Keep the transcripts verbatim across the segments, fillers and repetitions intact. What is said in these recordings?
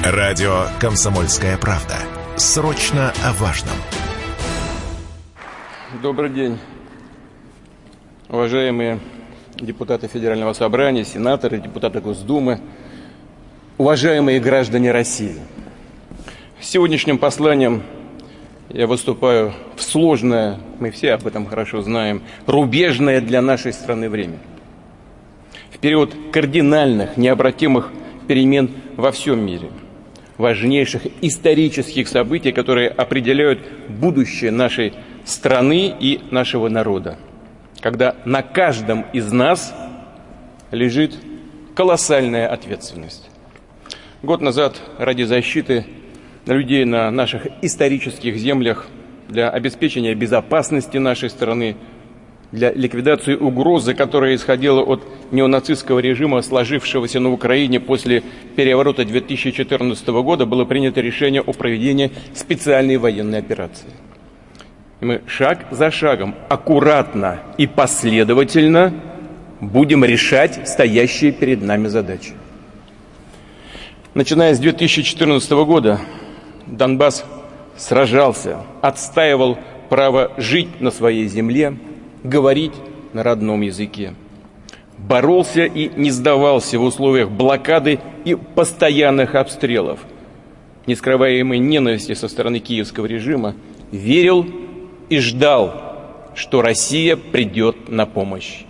Радио «Комсомольская правда». Срочно о важном. Добрый день, уважаемые депутаты Федерального собрания, сенаторы, депутаты Госдумы, уважаемые граждане России. С сегодняшним посланием я выступаю в сложное, мы все об этом хорошо знаем, рубежное для нашей страны время. В период кардинальных, необратимых перемен во всем мире. Важнейших исторических событий, которые определяют будущее нашей страны и нашего народа. Когда на каждом из нас лежит колоссальная ответственность. Год назад ради защиты людей на наших исторических землях, для обеспечения безопасности нашей страны, для ликвидации угрозы, которая исходила от неонацистского режима, сложившегося на Украине после переворота две тысячи четырнадцатого года, было принято решение о проведении специальной военной операции. И мы шаг за шагом, аккуратно и последовательно будем решать стоящие перед нами задачи. Начиная с две тысячи четырнадцатого года Донбасс сражался, отстаивал право жить на своей земле, говорить на родном языке. Боролся и не сдавался в условиях блокады и постоянных обстрелов. Нескрываемой ненависти со стороны киевского режима, верил и ждал, что Россия придет на помощь.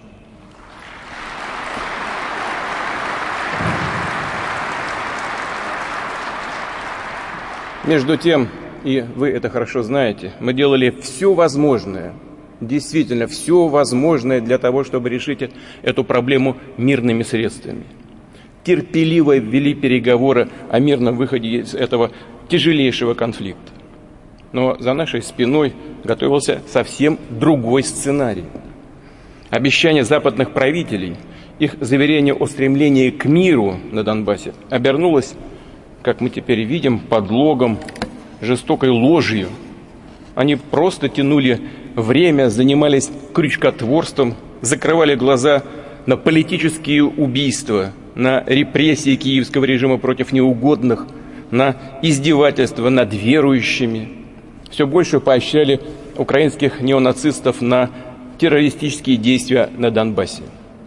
Между тем, и вы это хорошо знаете, мы делали все возможное, действительно все возможное для того, чтобы решить эту проблему мирными средствами. Терпеливо вели переговоры о мирном выходе из этого тяжелейшего конфликта. Но за нашей спиной готовился совсем другой сценарий. Обещания западных правителей, их заверение о стремлении к миру на Донбассе обернулось, как мы теперь видим, подлогом, жестокой ложью. Они просто тянули время, занимались крючкотворством, закрывали глаза на политические убийства, на репрессии киевского режима против неугодных, на издевательства над верующими. Все больше поощряли украинских неонацистов на террористические действия на Донбассе.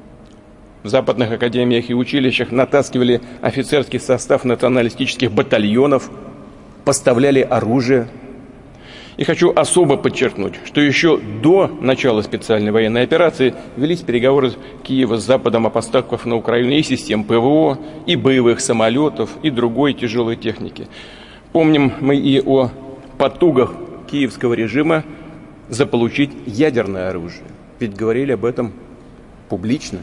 В западных академиях и училищах натаскивали офицерский состав националистических батальонов, поставляли оружие. И хочу особо подчеркнуть, что еще до начала специальной военной операции велись переговоры Киева с Западом о поставках на Украину и систем ПВО, и боевых самолетов, и другой тяжелой техники. Помним мы и о потугах киевского режима заполучить ядерное оружие. Ведь говорили об этом публично.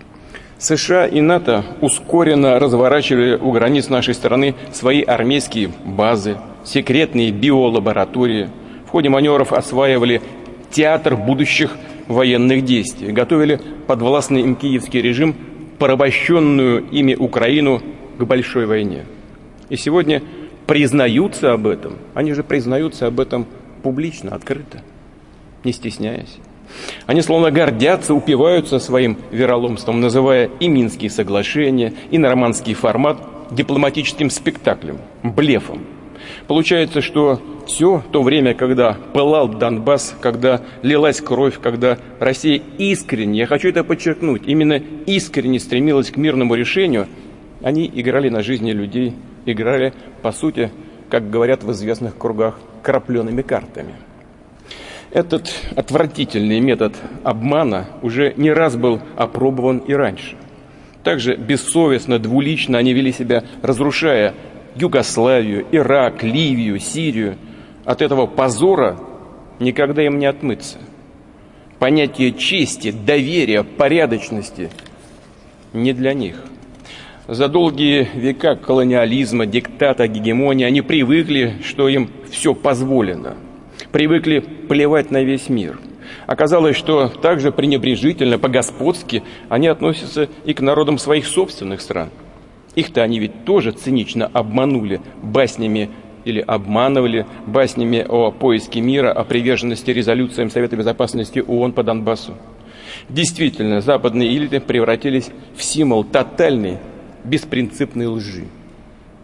США и НАТО ускоренно разворачивали у границ нашей страны свои армейские базы, секретные биолаборатории. В ходе маневров осваивали театр будущих военных действий, готовили подвластный им киевский режим, порабощенную ими Украину к большой войне. И сегодня признаются об этом, они же признаются об этом публично, открыто, не стесняясь. Они словно гордятся, упиваются своим вероломством, называя и Минские соглашения, и нормандский формат дипломатическим спектаклем, блефом. Получается, что все то время, когда пылал Донбасс, когда лилась кровь, когда Россия искренне, я хочу это подчеркнуть, именно искренне стремилась к мирному решению, они играли на жизни людей, играли, по сути, как говорят в известных кругах, крапленными картами. Этот отвратительный метод обмана уже не раз был опробован и раньше. Также бессовестно, двулично они вели себя, разрушая Югославию, Ирак, Ливию, Сирию. От этого позора никогда им не отмыться. Понятие чести, доверия, порядочности не для них. За долгие века колониализма, диктата, гегемонии они привыкли, что им все позволено. Привыкли плевать на весь мир. Оказалось, что также пренебрежительно, по-господски они относятся и к народам своих собственных стран. Их-то они ведь тоже цинично обманули баснями или обманывали баснями о поиске мира, о приверженности резолюциям Совета Безопасности ООН по Донбассу. Действительно, западные элиты превратились в символ тотальной, беспринципной лжи.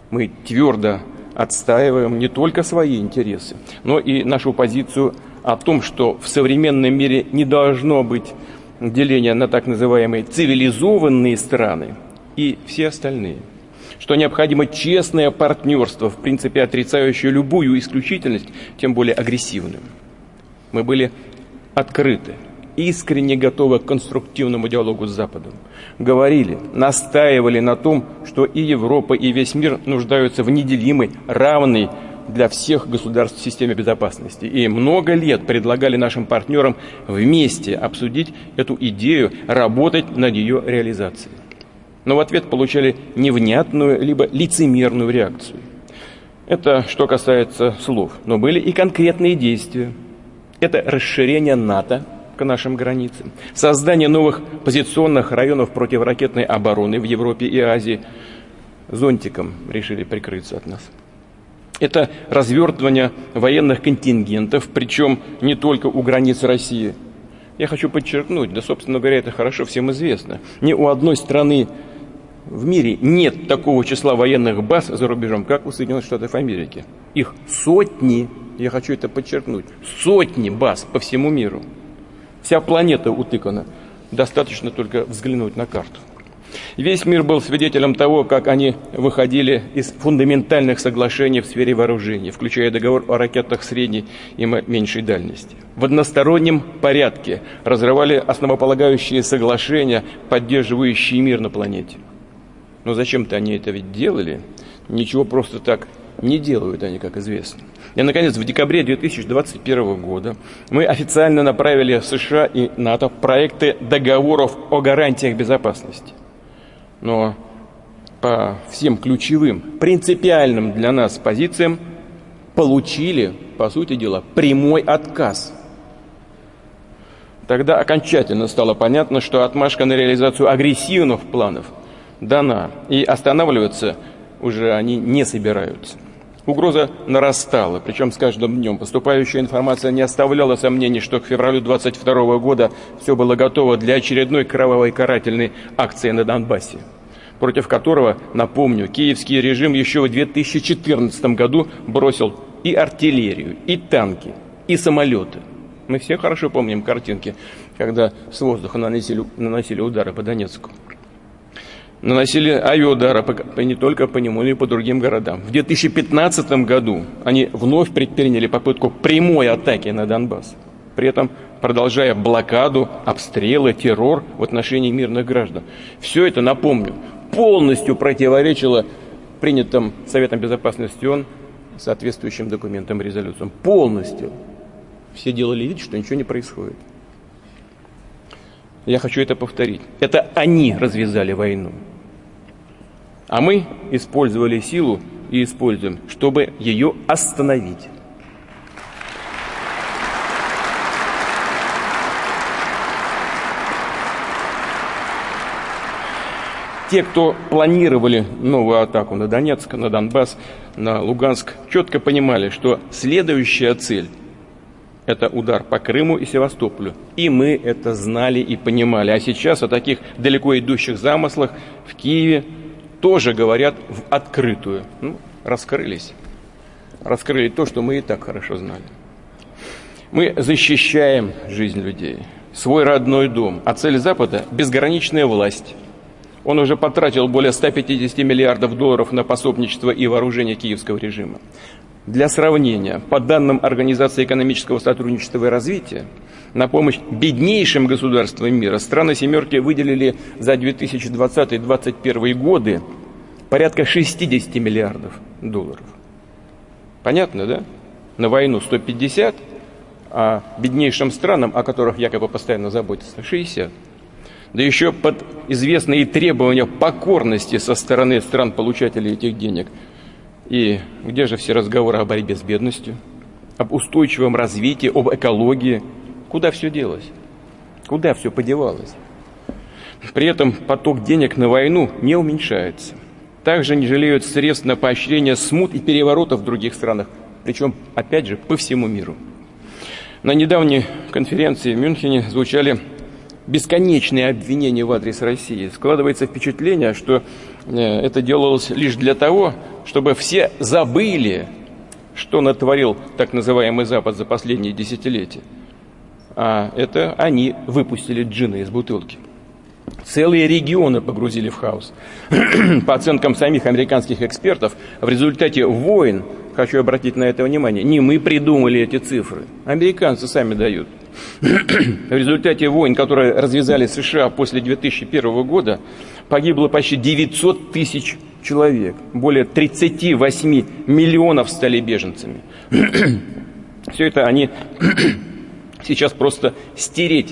Мы твердо отстаиваем не только свои интересы, но и нашу позицию о том, что в современном мире не должно быть деления на так называемые цивилизованные страны и все остальные. Что необходимо честное партнерство, в принципе отрицающее любую исключительность, тем более агрессивную. Мы были открыты, искренне готовы к конструктивному диалогу с Западом. Говорили, настаивали на том, что и Европа, и весь мир нуждаются в неделимой, равной для всех государств системе безопасности. И много лет предлагали нашим партнерам вместе обсудить эту идею, работать над ее реализацией. Но в ответ получали невнятную, либо лицемерную реакцию. Это что касается слов. Но были и конкретные действия. Это расширение НАТО к нашим границам, создание новых позиционных районов противоракетной обороны в Европе и Азии. Зонтиком решили прикрыться от нас. Это развертывание военных контингентов, причем не только у границ России. Я хочу подчеркнуть, да, собственно говоря, это хорошо всем известно. Ни у одной страны в мире нет такого числа военных баз за рубежом, как у Соединенных Штатов Америки. Их сотни, я хочу это подчеркнуть, сотни баз по всему миру. Вся планета утыкана. Достаточно только взглянуть на карту. Весь мир был свидетелем того, как они выходили из фундаментальных соглашений в сфере вооружений, включая договор о ракетах средней и меньшей дальности. В одностороннем порядке разрывали основополагающие соглашения, поддерживающие мир на планете. Но зачем-то они это ведь делали. Ничего просто так не делают они, как известно. И, наконец, в декабре две тысячи двадцать первого года мы официально направили в США и НАТО проекты договоров о гарантиях безопасности. Но по всем ключевым, принципиальным для нас позициям получили, по сути дела, прямой отказ. Тогда окончательно стало понятно, что отмашка на реализацию агрессивных планов дана, и останавливаться уже они не собираются. Угроза нарастала, причем с каждым днем. Поступающая информация не оставляла сомнений, что к февралю двадцать второго года все было готово для очередной кровавой карательной акции на Донбассе, против которого, напомню, киевский режим еще в две тысячи четырнадцатом году бросил и артиллерию, и танки, и самолеты. Мы все хорошо помним картинки, когда с воздуха наносили, наносили удары по Донецку. Наносили авиаудары по, не только по нему, но и по другим городам. В две тысячи пятнадцатом году они вновь предприняли попытку прямой атаки на Донбасс, при этом продолжая блокаду, обстрелы, террор в отношении мирных граждан. Все это, напомню, полностью противоречило принятым Советом Безопасности ООН соответствующим документам, резолюциям. Полностью. Все делали вид, что ничего не происходит. Я хочу это повторить. Это они развязали войну. А мы использовали силу и используем, чтобы ее остановить. Те, кто планировали новую атаку на Донецк, на Донбасс, на Луганск, четко понимали, что следующая цель – это удар по Крыму и Севастополю. И мы это знали и понимали. А сейчас о таких далеко идущих замыслах в Киеве тоже говорят в открытую. Ну, раскрылись. Раскрыли то, что мы и так хорошо знали. Мы защищаем жизнь людей, свой родной дом. А цель Запада – безграничная власть. Он уже потратил более ста пятидесяти миллиардов долларов на пособничество и вооружение киевского режима. Для сравнения, по данным Организации экономического сотрудничества и развития, на помощь беднейшим государствам мира страны «семерки» выделили за две тысячи двадцатый — две тысячи двадцать первый годы порядка шестидесяти миллиардов долларов. Понятно, да? На войну сто пятьдесят, а беднейшим странам, о которых якобы постоянно заботятся, шестьдесят. Да еще под известные требования покорности со стороны стран-получателей этих денег. И где же все разговоры о борьбе с бедностью, об устойчивом развитии, об экологии? Куда все делось? Куда все подевалось? При этом поток денег на войну не уменьшается. Также не жалеют средств на поощрение смут и переворотов в других странах, причем, опять же, по всему миру. На недавней конференции в Мюнхене звучали бесконечные обвинения в адрес России. Складывается впечатление, что это делалось лишь для того, чтобы все забыли, что натворил так называемый Запад за последние десятилетия. А это они выпустили джина из бутылки. Целые регионы погрузили в хаос. По оценкам самих американских экспертов, в результате войн, хочу обратить на это внимание, не мы придумали эти цифры, американцы сами дают. В результате войн, которые развязали США после две тысячи первого года, погибло почти девятьсот тысяч человек. Более тридцать восемь миллионов стали беженцами. Все это они сейчас просто стереть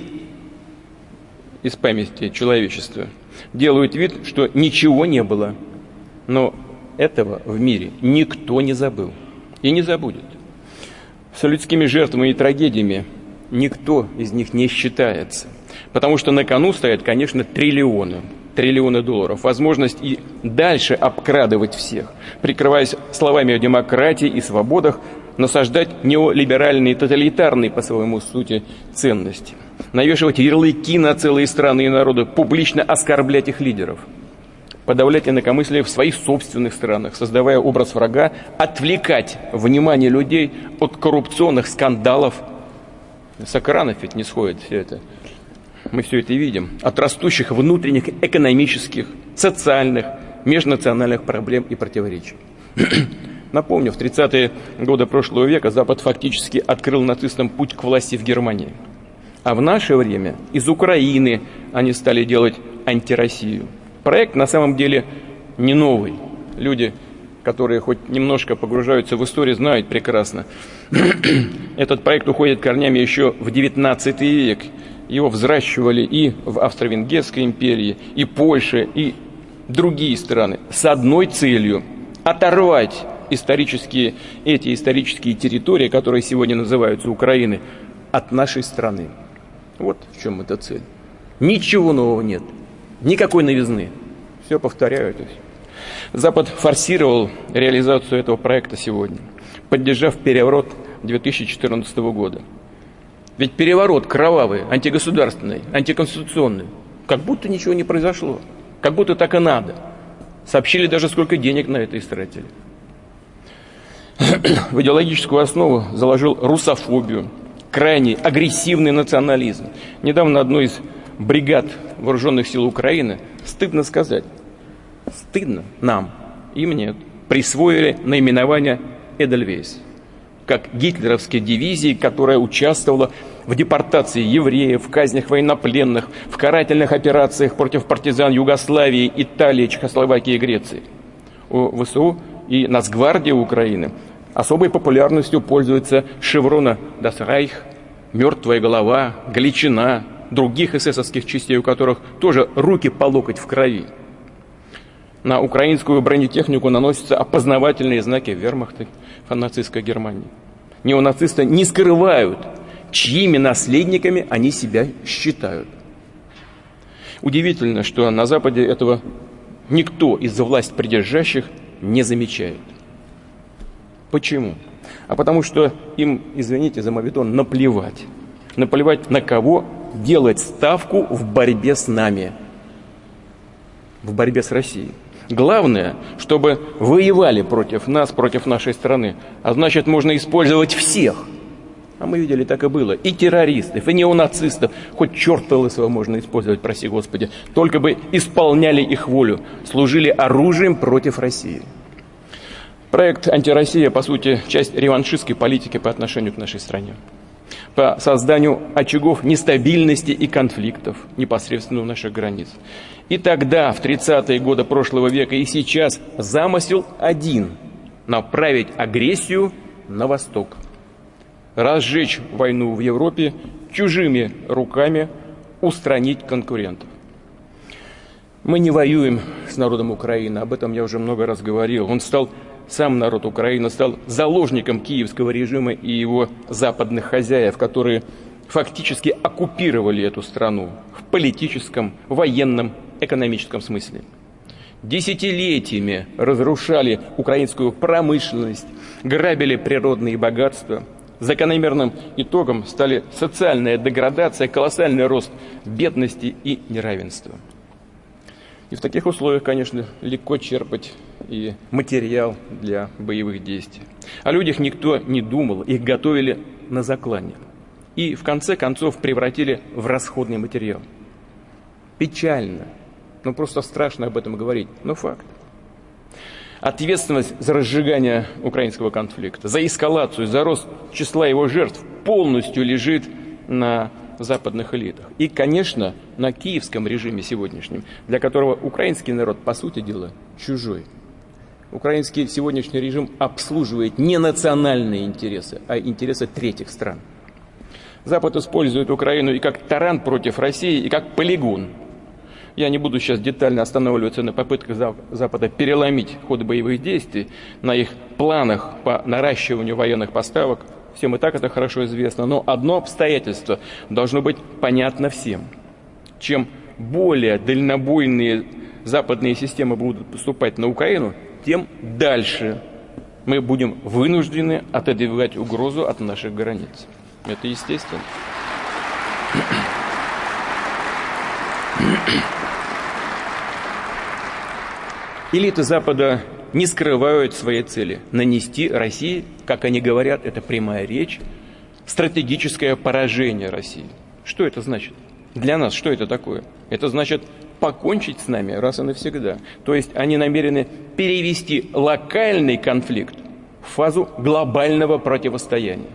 из памяти человечества. Делают вид, что ничего не было. Но этого в мире никто не забыл и не забудет. С людскими жертвами и трагедиями никто из них не считается. Потому что на кону стоят, конечно, триллионы. Триллионы долларов. Возможность и дальше обкрадывать всех, прикрываясь словами о демократии и свободах, насаждать неолиберальные, тоталитарные по своему сути ценности. Навешивать ярлыки на целые страны и народы, публично оскорблять их лидеров. Подавлять инакомыслие в своих собственных странах, создавая образ врага, отвлекать внимание людей от коррупционных скандалов. С экранов ведь не сходит все это. Мы все это видим. От растущих внутренних экономических, социальных, межнациональных проблем и противоречий. Напомню, в тридцатые годы прошлого века Запад фактически открыл нацистам путь к власти в Германии. А в наше время из Украины они стали делать антироссию. Проект на самом деле не новый. Люди, которые хоть немножко погружаются в историю, знают прекрасно. Этот проект уходит корнями еще в девятнадцатый век. Его взращивали и в Австро-Венгерской империи, и Польше, и другие страны с одной целью – оторвать исторические, эти исторические территории, которые сегодня называются Украиной, от нашей страны. Вот в чем эта цель. Ничего нового нет, никакой новизны. Все повторяю это. Запад форсировал реализацию этого проекта сегодня, поддержав переворот две тысячи четырнадцатого года. Ведь переворот кровавый, антигосударственный, антиконституционный. Как будто ничего не произошло. Как будто так и надо. Сообщили даже, сколько денег на это истратили. В идеологическую основу заложил русофобию, крайне агрессивный национализм. Недавно одной из бригад вооруженных сил Украины, стыдно сказать, стыдно нам и мне, присвоили наименование «Эдельвейс», как гитлеровской дивизии, которая участвовала в депортации евреев, в казнях военнопленных, в карательных операциях против партизан Югославии, Италии, Чехословакии и Греции. У ВСУ и Нацгвардии Украины особой популярностью пользуются шеврона «Das Reich», «Мертвая голова», «Галичина», других эсэсовских частей, у которых тоже руки по локоть в крови. На украинскую бронетехнику наносятся опознавательные знаки вермахта нацистской Германии. Неонацисты не скрывают, чьими наследниками они себя считают. Удивительно, что на Западе этого никто из власть придержащих не замечает. Почему? А потому что им, извините за моветон, наплевать. Наплевать на кого делать ставку в борьбе с нами. В борьбе с Россией. Главное, чтобы воевали против нас, против нашей страны. А значит, можно использовать всех. А мы видели, так и было. И террористов, и неонацистов. Хоть черта лысого можно использовать, прости Господи. Только бы исполняли их волю. Служили оружием против России. Проект «Антироссия», по сути, часть реваншистской политики по отношению к нашей стране. По созданию очагов нестабильности и конфликтов непосредственно у наших границ. И тогда, в тридцатые годы прошлого века, и сейчас замысел один – направить агрессию на восток. Разжечь войну в Европе, чужими руками устранить конкурентов. Мы не воюем с народом Украины, об этом я уже много раз говорил. Он стал, сам народ Украины стал заложником киевского режима и его западных хозяев, которые фактически оккупировали эту страну в политическом, военном, экономическом смысле. Десятилетиями разрушали украинскую промышленность, грабили природные богатства. Закономерным итогом стали социальная деградация, колоссальный рост бедности и неравенства. И в таких условиях, конечно, легко черпать и материал для боевых действий. О людях никто не думал, их готовили на заклане. И в конце концов превратили в расходный материал. Печально, ну просто страшно об этом говорить, но факт. Ответственность за разжигание украинского конфликта, за эскалацию, за рост числа его жертв полностью лежит на западных элитах. И, конечно, на киевском режиме сегодняшнем, для которого украинский народ, по сути дела, чужой. Украинский сегодняшний режим обслуживает не национальные интересы, а интересы третьих стран. Запад использует Украину и как таран против России, и как полигон. Я не буду сейчас детально останавливаться на попытках Запада переломить ход боевых действий, на их планах по наращиванию военных поставок. Всем и так это хорошо известно. Но одно обстоятельство должно быть понятно всем. Чем более дальнобойные западные системы будут поступать на Украину, тем дальше мы будем вынуждены отодвигать угрозу от наших границ. Это естественно. Элиты Запада не скрывают своей цели – нанести России, как они говорят, это прямая речь, стратегическое поражение России. Что это значит? Для нас что это такое? Это значит покончить с нами раз и навсегда. То есть они намерены перевести локальный конфликт в фазу глобального противостояния.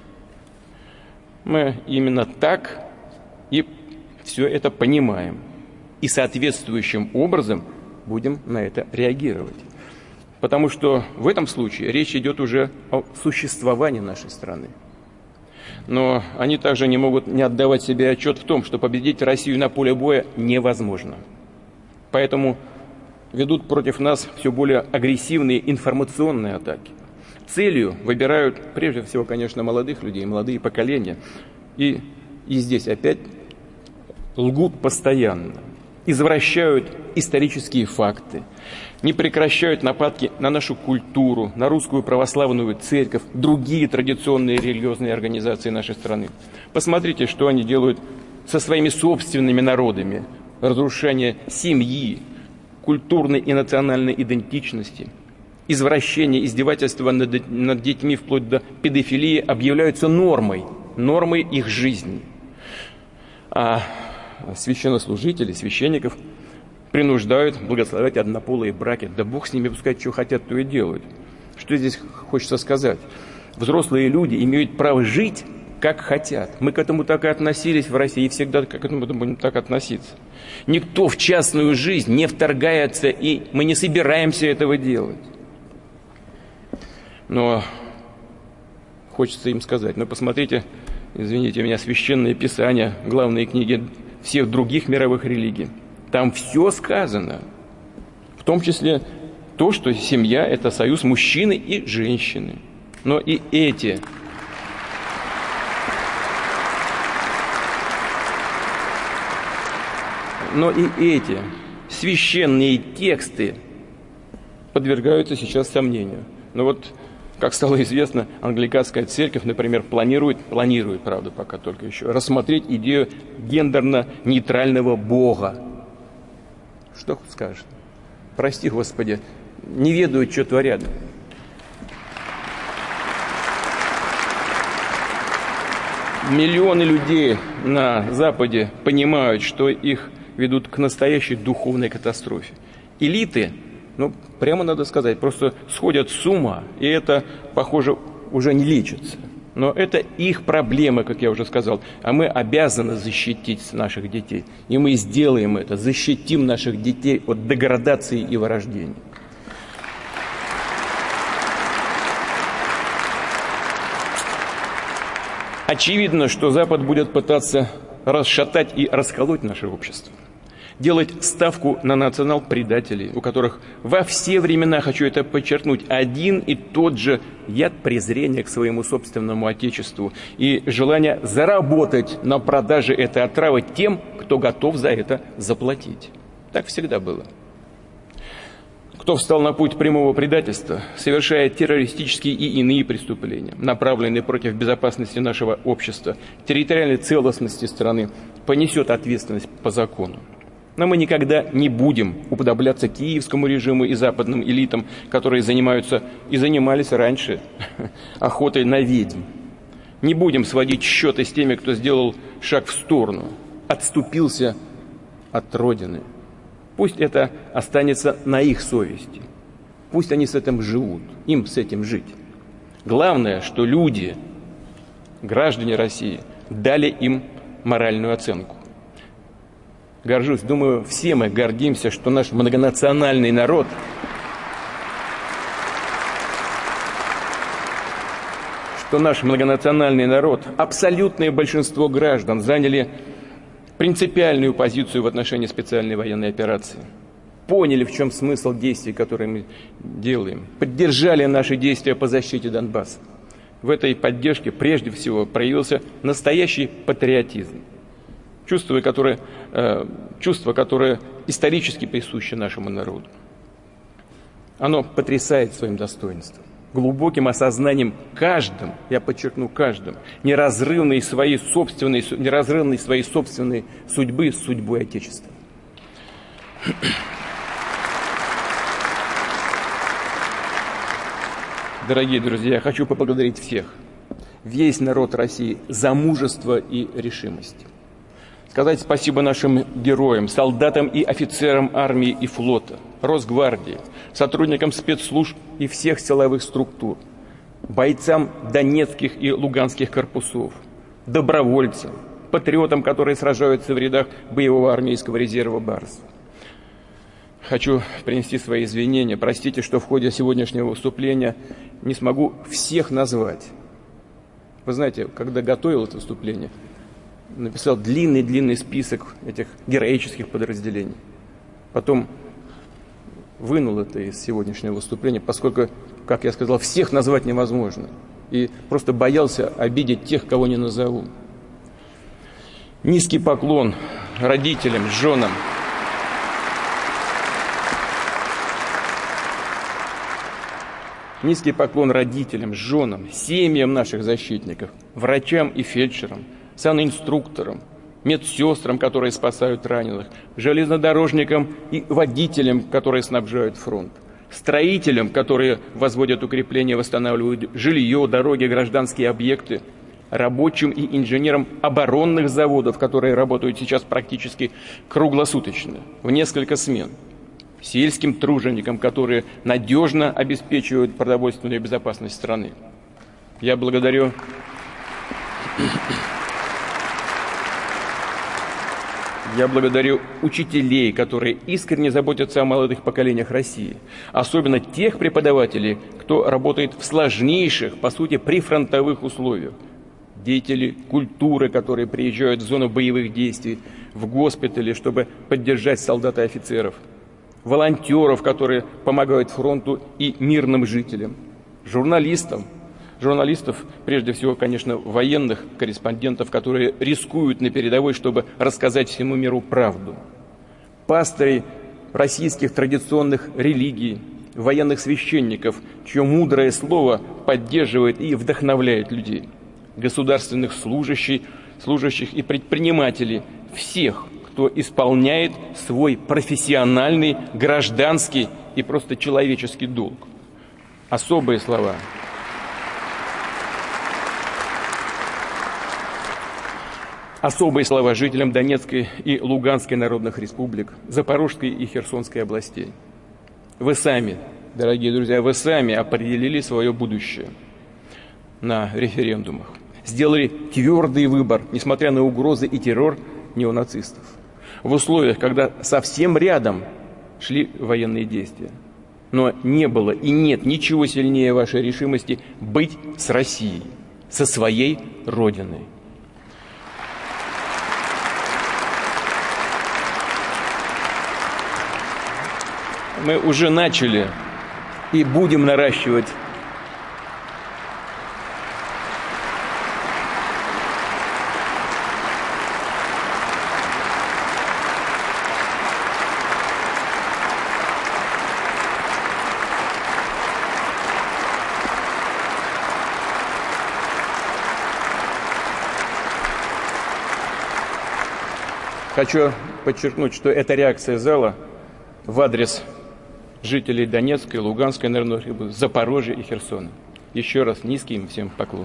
Мы именно так и все это понимаем. И соответствующим образом будем на это реагировать. Потому что в этом случае речь идет уже о существовании нашей страны. Но они также не могут не отдавать себе отчет в том, что победить Россию на поле боя невозможно. Поэтому ведут против нас все более агрессивные информационные атаки. Целью выбирают прежде всего, конечно, молодых людей, молодые поколения. И, и здесь опять лгут постоянно, извращают исторические факты, не прекращают нападки на нашу культуру, на русскую православную церковь, другие традиционные религиозные организации нашей страны. Посмотрите, что они делают со своими собственными народами. Разрушение семьи, культурной и национальной идентичности, извращение, издевательства над, над детьми вплоть до педофилии объявляются нормой, нормой их жизни. А священнослужители, священников принуждают благословлять однополые браки. Да Бог с ними, пускай что хотят, то и делают. Что здесь хочется сказать? Взрослые люди имеют право жить, как хотят. Мы к этому так и относились в России, и всегда к этому будем так относиться. Никто в частную жизнь не вторгается, и мы не собираемся этого делать. Но хочется им сказать, ну посмотрите, извините меня, священное писание, главные книги всех других мировых религий. Там все сказано, в том числе то, что семья – это союз мужчины и женщины. Но и эти но и эти священные тексты подвергаются сейчас сомнению. Но вот, как стало известно, англиканская церковь, например, планирует, планирует, правда, пока только еще, рассмотреть идею гендерно-нейтрального Бога. Что скажешь? Прости, Господи, не ведают, что творят. Миллионы людей на Западе понимают, что их ведут к настоящей духовной катастрофе. Элиты, ну, прямо надо сказать, просто сходят с ума, и это, похоже, уже не лечится. Но это их проблемы, как я уже сказал, а мы обязаны защитить наших детей. И мы сделаем это, защитим наших детей от деградации и вырождения. Очевидно, что Запад будет пытаться расшатать и расколоть наше общество. Делать ставку на национал-предателей, у которых во все времена, хочу это подчеркнуть, один и тот же яд презрения к своему собственному отечеству и желание заработать на продаже этой отравы тем, кто готов за это заплатить. Так всегда было. Кто встал на путь прямого предательства, совершая террористические и иные преступления, направленные против безопасности нашего общества, территориальной целостности страны, понесет ответственность по закону. Но мы никогда не будем уподобляться киевскому режиму и западным элитам, которые занимаются и занимались раньше охотой на ведьм. Не будем сводить счеты с теми, кто сделал шаг в сторону, отступился от Родины. Пусть это останется на их совести. Пусть они с этим живут, им с этим жить. Главное, что люди, граждане России, дали им моральную оценку. Горжусь, думаю, все мы гордимся, что наш многонациональный народ что наш многонациональный народ, абсолютное большинство граждан заняли принципиальную позицию в отношении специальной военной операции. Поняли, в чем смысл действий, которые мы делаем. Поддержали наши действия по защите Донбасса. В этой поддержке прежде всего проявился настоящий патриотизм. Чувство, которое, э, чувство, которое исторически присуще нашему народу. Оно потрясает своим достоинством, глубоким осознанием каждым, я подчеркну каждым, неразрывной своей собственной, неразрывной своей собственной судьбы с судьбой Отечества. Дорогие друзья, я хочу поблагодарить всех, весь народ России за мужество и решимость. Сказать спасибо нашим героям, солдатам и офицерам армии и флота, Росгвардии, сотрудникам спецслужб и всех силовых структур, бойцам донецких и луганских корпусов, добровольцам, патриотам, которые сражаются в рядах боевого армейского резерва «Барс». Хочу принести свои извинения. Простите, что в ходе сегодняшнего выступления не смогу всех назвать. Вы знаете, когда готовил это выступление, написал длинный-длинный список этих героических подразделений. Потом вынул это из сегодняшнего выступления, поскольку, как я сказал, всех назвать невозможно. И просто боялся обидеть тех, кого не назову. Низкий поклон родителям, женам. Низкий поклон родителям, женам, семьям наших защитников, врачам и фельдшерам, санинструкторам, медсестрам, которые спасают раненых, железнодорожникам и водителям, которые снабжают фронт, строителям, которые возводят укрепления, восстанавливают жилье, дороги, гражданские объекты, рабочим и инженерам оборонных заводов, которые работают сейчас практически круглосуточно, в несколько смен, сельским труженикам, которые надежно обеспечивают продовольственную безопасность страны. Я благодарю... Я благодарю учителей, которые искренне заботятся о молодых поколениях России, особенно тех преподавателей, кто работает в сложнейших, по сути, прифронтовых условиях, деятелей культуры, которые приезжают в зону боевых действий, в госпитали, чтобы поддержать солдат и офицеров, волонтеров, которые помогают фронту и мирным жителям, журналистам, Журналистов, прежде всего, конечно, военных корреспондентов, которые рискуют на передовой, чтобы рассказать всему миру правду. Пастырей российских традиционных религий, военных священников, чье мудрое слово поддерживает и вдохновляет людей. Государственных служащих, служащих и предпринимателей, всех, кто исполняет свой профессиональный, гражданский и просто человеческий долг. Особые слова. Особые слова жителям Донецкой и Луганской народных республик, Запорожской и Херсонской областей. Вы сами, дорогие друзья, вы сами определили свое будущее на референдумах. Сделали твердый выбор, несмотря на угрозы и террор неонацистов. В условиях, когда совсем рядом шли военные действия. Но не было и нет ничего сильнее вашей решимости быть с Россией, со своей Родиной. Мы уже начали и будем наращивать Хочу подчеркнуть, что это реакция зала в адрес жителей Донецкой, Луганской, наверное, Запорожья и Херсона. Еще раз низкий им всем поклон.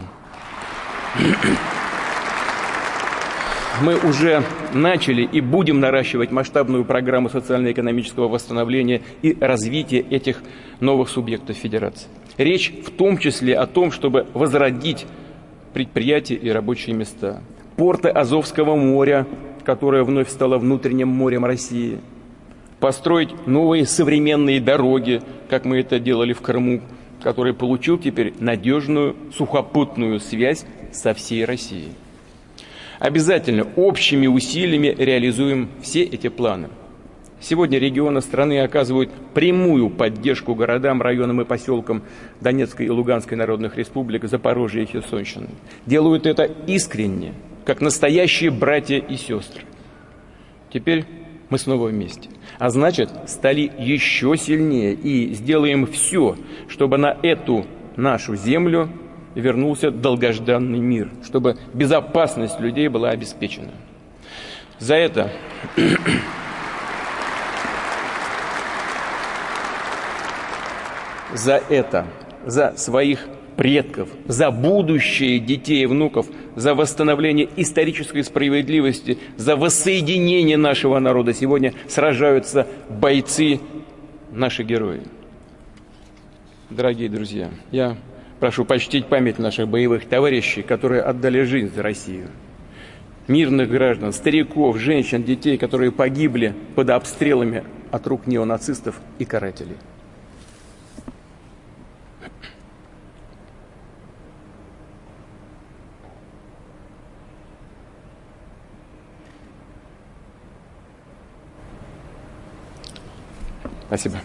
Мы уже начали и будем наращивать масштабную программу социально-экономического восстановления и развития этих новых субъектов федерации. Речь в том числе о том, чтобы возродить предприятия и рабочие места. Порты Азовского моря, которое вновь стало внутренним морем России. Построить новые современные дороги, как мы это делали в Крыму, который получил теперь надежную сухопутную связь со всей Россией. Обязательно общими усилиями реализуем все эти планы. Сегодня регионы страны оказывают прямую поддержку городам, районам и поселкам Донецкой и Луганской народных республик, Запорожья и Херсонщины. Делают это искренне, как настоящие братья и сестры. Теперь мы снова вместе. А значит, стали еще сильнее и сделаем все, чтобы на эту нашу землю вернулся долгожданный мир, чтобы безопасность людей была обеспечена. За это за это, за своих предков, за будущее детей и внуков, за восстановление исторической справедливости, за воссоединение нашего народа сегодня сражаются бойцы, наши герои. Дорогие друзья, я прошу почтить память наших боевых товарищей, которые отдали жизнь за Россию. Мирных граждан, стариков, женщин, детей, которые погибли под обстрелами от рук неонацистов и карателей. Спасибо.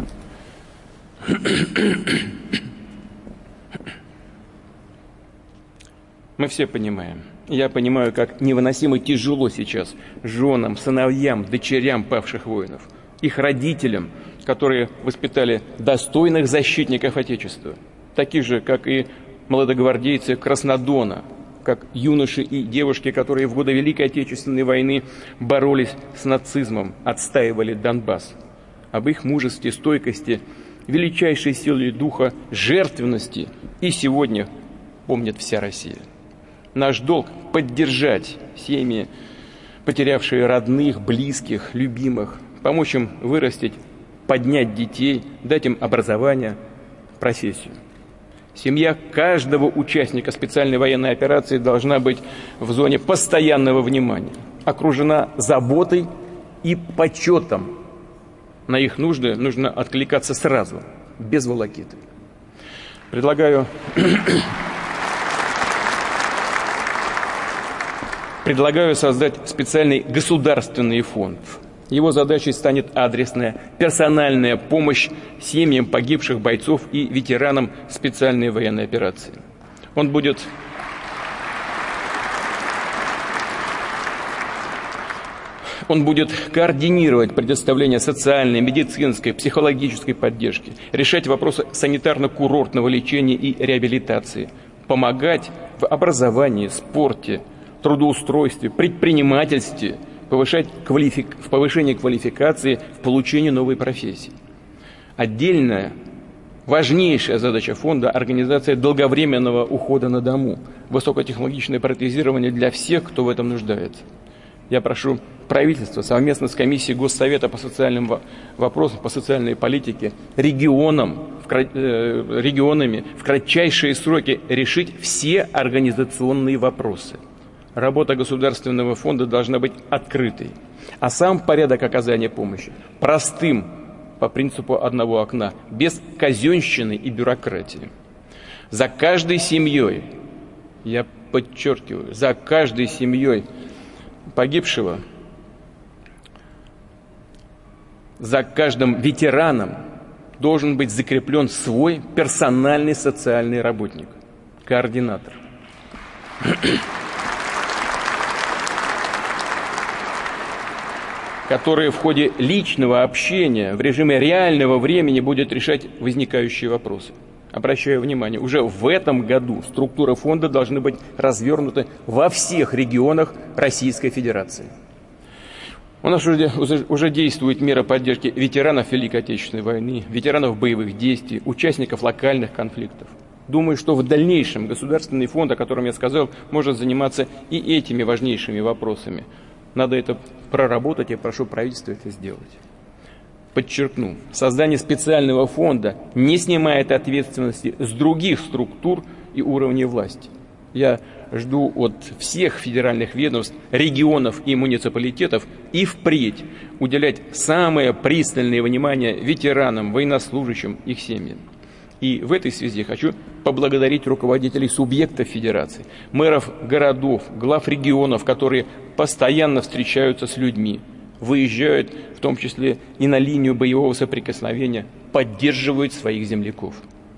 Мы все понимаем. Я понимаю, как невыносимо тяжело сейчас женам, сыновьям, дочерям павших воинов, их родителям, которые воспитали достойных защитников Отечества, таких же, как и молодогвардейцы Краснодона, как юноши и девушки, которые в годы Великой Отечественной войны боролись с нацизмом, отстаивали Донбасс. Об их мужестве, стойкости, величайшей силе духа, жертвенности и сегодня помнит вся Россия. Наш долг – поддержать семьи, потерявшие родных, близких, любимых, помочь им вырастить, поднять детей, дать им образование, профессию. Семья каждого участника специальной военной операции должна быть в зоне постоянного внимания, окружена заботой и почетом. На их нужды нужно откликаться сразу, без волокиты. Предлагаю, предлагаю создать специальный государственный фонд. Его задачей станет адресная, персональная помощь семьям погибших бойцов и ветеранам специальной военной операции. Он будет Он будет координировать предоставление социальной, медицинской, психологической поддержки, решать вопросы санитарно-курортного лечения и реабилитации, помогать в образовании, спорте, трудоустройстве, предпринимательстве, повышать квалифик... в повышении квалификации, в получении новой профессии. Отдельная, важнейшая задача фонда – организация долговременного ухода на дому, высокотехнологичное протезирование для всех, кто в этом нуждается. Я прошу правительство совместно с комиссией Госсовета по социальным вопросам, по социальной политике, регионам, в, э, регионами в кратчайшие сроки решить все организационные вопросы. Работа Государственного фонда должна быть открытой, а сам порядок оказания помощи простым, по принципу одного окна, без казенщины и бюрократии. За каждой семьей, я подчеркиваю, за каждой семьей погибшего, за каждым ветераном должен быть закреплен свой персональный социальный работник, координатор. Который в ходе личного общения в режиме реального времени будет решать возникающие вопросы. Обращаю внимание, уже в этом году структуры фонда должны быть развернуты во всех регионах Российской Федерации. У нас уже, уже действует мера поддержки ветеранов Великой Отечественной войны, ветеранов боевых действий, участников локальных конфликтов. Думаю, что в дальнейшем Государственный фонд, о котором я сказал, может заниматься и этими важнейшими вопросами. Надо это проработать, я прошу правительство это сделать. Подчеркну, создание специального фонда не снимает ответственности с других структур и уровней власти. Я жду от всех федеральных ведомств, регионов и муниципалитетов и впредь уделять самое пристальное внимание ветеранам, военнослужащим, их семьям. И в этой связи хочу поблагодарить руководителей субъектов федерации, мэров городов, глав регионов, которые постоянно встречаются с людьми, выезжают, в том числе и на линию боевого соприкосновения, поддерживают своих земляков.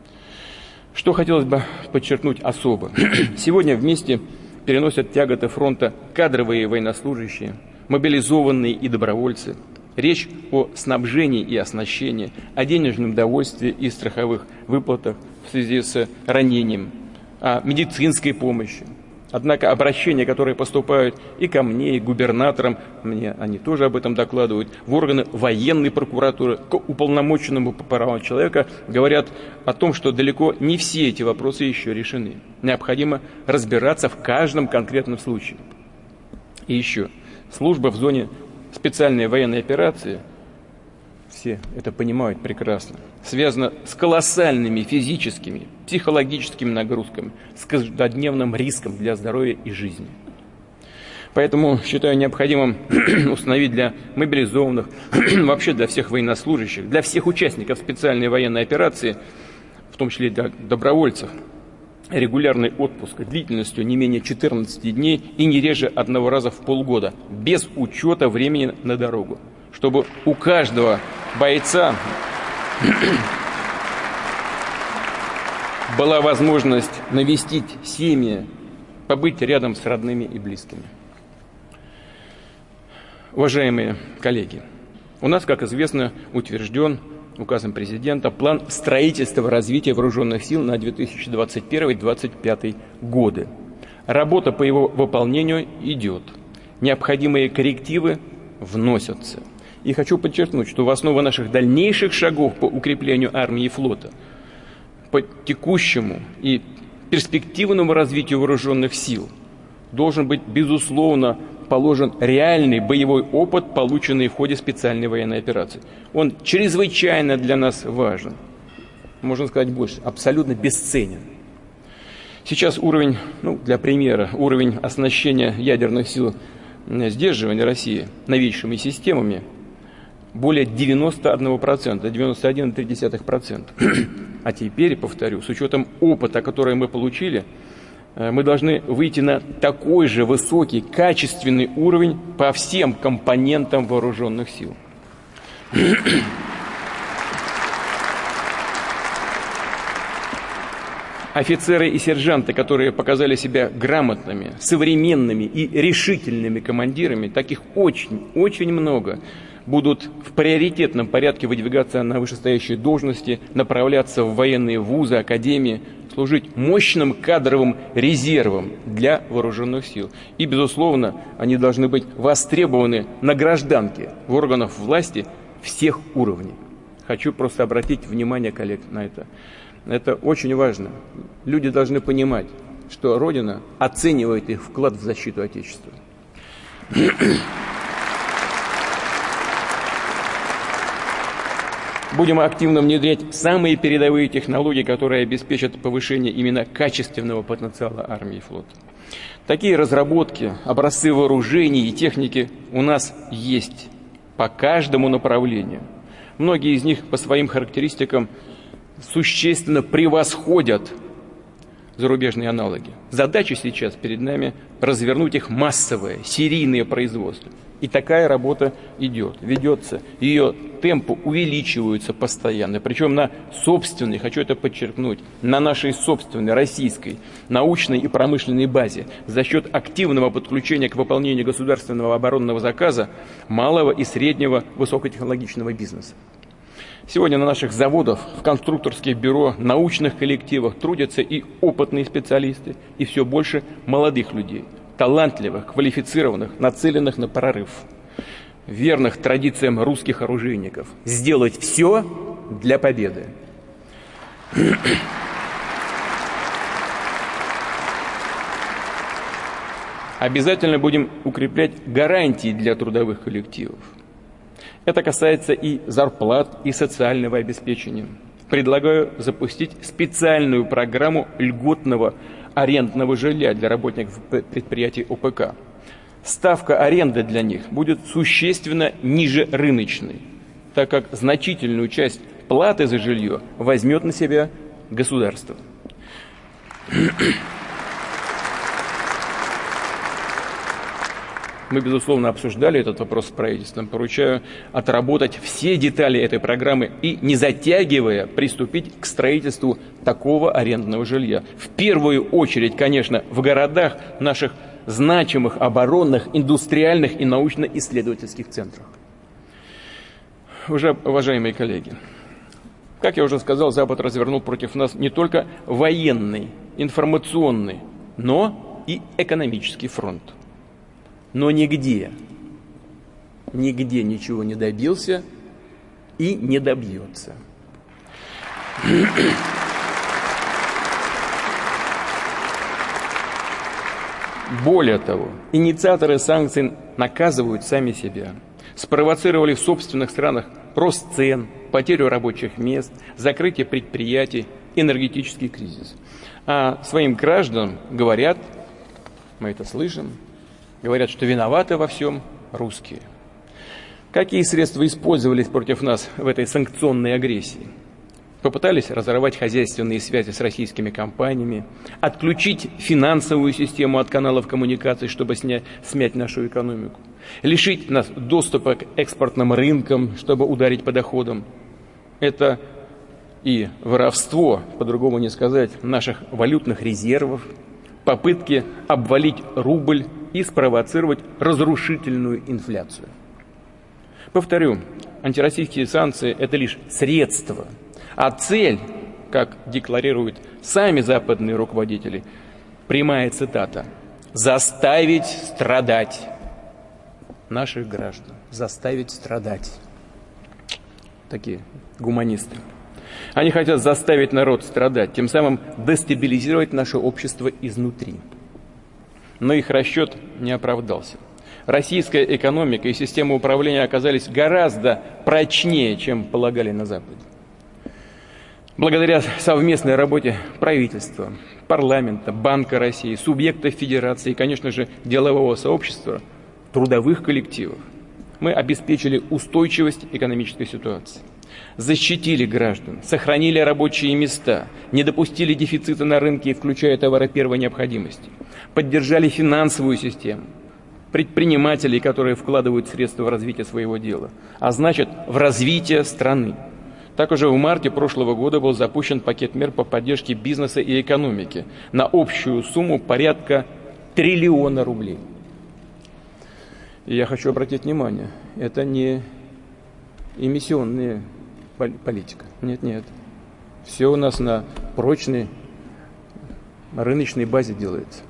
Что хотелось бы подчеркнуть особо. Сегодня вместе переносят тяготы фронта кадровые военнослужащие, мобилизованные и добровольцы. Речь о снабжении и оснащении, о денежном довольстве и страховых выплатах в связи с ранением, о медицинской помощи. Однако обращения, которые поступают и ко мне, и к губернаторам, мне они тоже об этом докладывают, в органы военной прокуратуры, к уполномоченному по правам человека, говорят о том, что далеко не все эти вопросы еще решены. Необходимо разбираться в каждом конкретном случае. И еще, служба в зоне специальной военной операции, все это понимают прекрасно, связана с колоссальными физическими, психологическими нагрузками, с каждодневным риском для здоровья и жизни. Поэтому считаю необходимым установить для мобилизованных, вообще для всех военнослужащих, для всех участников специальной военной операции, в том числе для добровольцев, регулярный отпуск длительностью не менее четырнадцати дней и не реже одного раза в полгода, без учета времени на дорогу, чтобы у каждого бойца была возможность навестить семьи, побыть рядом с родными и близкими. Уважаемые коллеги, у нас, как известно, утвержден указом президента план строительства и развития вооруженных сил на две тысячи двадцать первый — две тысячи двадцать пятый годы. Работа по его выполнению идет. Необходимые коррективы вносятся. И хочу подчеркнуть, что в основу наших дальнейших шагов по укреплению армии и флота, по текущему и перспективному развитию вооруженных сил должен быть, безусловно, положен реальный боевой опыт, полученный в ходе специальной военной операции. Он чрезвычайно для нас важен. Можно сказать больше, абсолютно бесценен. Сейчас уровень, ну, для примера, уровень оснащения ядерных сил сдерживания России новейшими системами более девяноста одного процента, девяносто один целых три десятых процента. А теперь, повторю, с учетом опыта, который мы получили, мы должны выйти на такой же высокий, качественный уровень по всем компонентам вооруженных сил. Офицеры и сержанты, которые показали себя грамотными, современными и решительными командирами, таких очень, очень много, будут в приоритетном порядке выдвигаться на вышестоящие должности, направляться в военные вузы, академии, служить мощным кадровым резервом для вооруженных сил. И, безусловно, они должны быть востребованы на гражданке в органах власти всех уровней. Хочу просто обратить внимание коллег на это. Это очень важно. Люди должны понимать, что Родина оценивает их вклад в защиту Отечества. Будем активно внедрять самые передовые технологии, которые обеспечат повышение именно качественного потенциала армии и флота. Такие разработки, образцы вооружений и техники у нас есть по каждому направлению. Многие из них по своим характеристикам существенно превосходят зарубежные аналоги. Задача сейчас перед нами развернуть их массовое, серийное производство. И такая работа идет, ведется. Ее темпы увеличиваются постоянно. Причем на собственной, хочу это подчеркнуть, на нашей собственной российской научной и промышленной базе за счет активного подключения к выполнению государственного оборонного заказа малого и среднего высокотехнологичного бизнеса. Сегодня на наших заводах, в конструкторских бюро, научных коллективах трудятся и опытные специалисты, и все больше молодых людей, талантливых, квалифицированных, нацеленных на прорыв. верных традициям русских оружейников, сделать все для победы. Обязательно будем укреплять гарантии для трудовых коллективов. Это касается и зарплат, и социального обеспечения. Предлагаю запустить специальную программу льготного арендного жилья для работников предприятий О Пэ Ка. Ставка аренды для них будет существенно ниже рыночной, так как значительную часть платы за жилье возьмет на себя государство. Мы, безусловно, обсуждали этот вопрос с правительством. Поручаю отработать все детали этой программы и, не затягивая, приступить к строительству такого арендного жилья. В первую очередь, конечно, в городах наших значимых оборонных, индустриальных и научно-исследовательских центрах. Уже, уважаемые коллеги, как я уже сказал, Запад развернул против нас не только военный, информационный, но и экономический фронт. Но нигде, нигде ничего не добился и не добьется. Более того, инициаторы санкций наказывают сами себя. Спровоцировали в собственных странах рост цен, потерю рабочих мест, закрытие предприятий, энергетический кризис. А своим гражданам говорят, мы это слышим, говорят, что виноваты во всем русские. Какие средства использовались против нас в этой санкционной агрессии? Попытались разорвать хозяйственные связи с российскими компаниями, отключить финансовую систему от каналов коммуникаций, чтобы снять, смять нашу экономику, лишить нас доступа к экспортным рынкам, чтобы ударить по доходам. Это и воровство, по-другому не сказать, наших валютных резервов, попытки обвалить рубль и спровоцировать разрушительную инфляцию. Повторю, антироссийские санкции – это лишь средство, а цель, как декларируют сами западные руководители, прямая цитата: «заставить страдать наших граждан, заставить страдать». Такие гуманисты. Они хотят заставить народ страдать, тем самым дестабилизировать наше общество изнутри. Но их расчет не оправдался. Российская экономика и система управления оказались гораздо прочнее, чем полагали на Западе. Благодаря совместной работе правительства, парламента, Банка России, субъектов федерации и, конечно же, делового сообщества, трудовых коллективов, мы обеспечили устойчивость экономической ситуации. Защитили граждан, сохранили рабочие места, не допустили дефицита на рынке, включая товары первой необходимости, поддержали финансовую систему, предпринимателей, которые вкладывают средства в развитие своего дела, а значит, в развитие страны. Так уже в марте прошлого года был запущен пакет мер по поддержке бизнеса и экономики на общую сумму порядка триллиона рублей. И я хочу обратить внимание, это не эмиссионная политика. Нет, нет. Все у нас на прочной рыночной базе делается.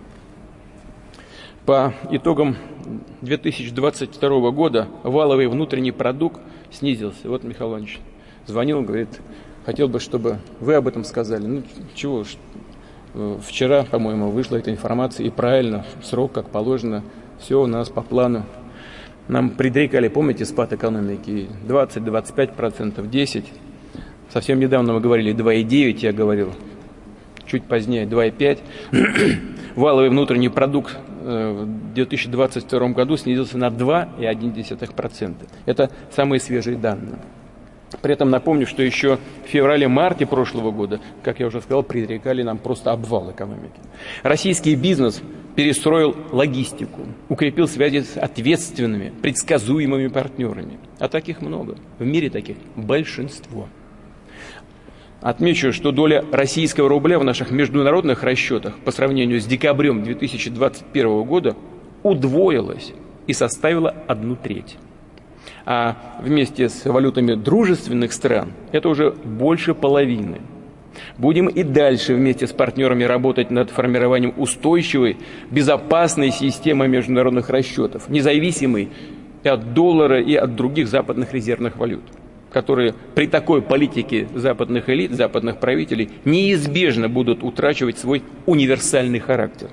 По итогам две тысячи двадцать второго года валовый внутренний продукт снизился. Вот Михаил Иванович звонил, говорит, хотел бы, чтобы вы об этом сказали. Ну, чего ж, вчера, по-моему, вышла эта информация, и правильно, в срок, как положено, все у нас по плану. Нам предрекали, помните, спад экономики двадцать-двадцать пять процентов, десять процентов. Совсем недавно мы говорили два и девять, я говорил, чуть позднее два и пять. Валовый внутренний продукт в две тысячи двадцать втором году снизился на два и одна десятая процента. Это самые свежие данные. При этом напомню, что еще в феврале-марте прошлого года, как я уже сказал, предрекали нам просто обвал экономики. Российский бизнес перестроил логистику, укрепил связи с ответственными, предсказуемыми партнерами. А таких много. В мире таких большинство. Отмечу, что доля российского рубля в наших международных расчетах по сравнению с декабрем две тысячи двадцать первого года удвоилась и составила одну треть. А вместе с валютами дружественных стран это уже больше половины. Будем и дальше вместе с партнерами работать над формированием устойчивой, безопасной системы международных расчетов, независимой и от доллара, и от других западных резервных валют, которые при такой политике западных элит, западных правителей неизбежно будут утрачивать свой универсальный характер.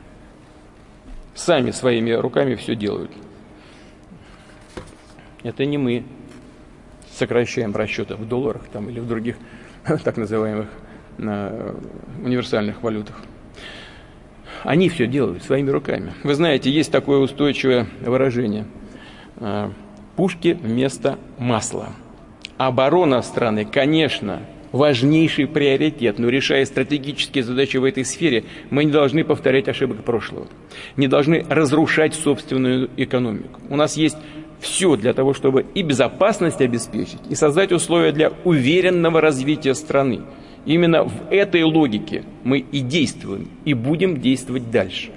Сами своими руками все делают. Это не мы сокращаем расчеты в долларах там, или в других так называемых на универсальных валютах. Они все делают своими руками. Вы знаете, есть такое устойчивое выражение: пушки вместо масла. Оборона страны, конечно, важнейший приоритет, но решая стратегические задачи в этой сфере, мы не должны повторять ошибок прошлого, не должны разрушать собственную экономику. У нас есть все для того, чтобы и безопасность обеспечить, и создать условия для уверенного развития страны. Именно в этой логике мы и действуем, и будем действовать дальше.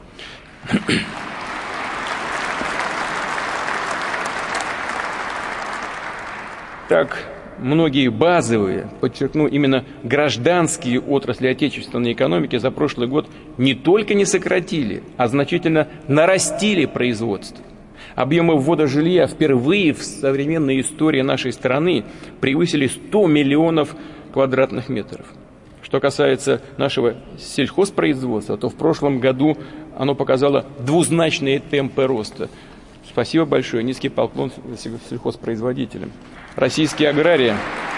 Так, многие базовые, подчеркну, именно гражданские отрасли отечественной экономики за прошлый год не только не сократили, а значительно нарастили производство. Объемы ввода жилья впервые в современной истории нашей страны превысили сто миллионов квадратных метров. Что касается нашего сельхозпроизводства, то в прошлом году оно показало двузначные темпы роста. Спасибо большое, низкий поклон сельхозпроизводителям. Российские аграрии,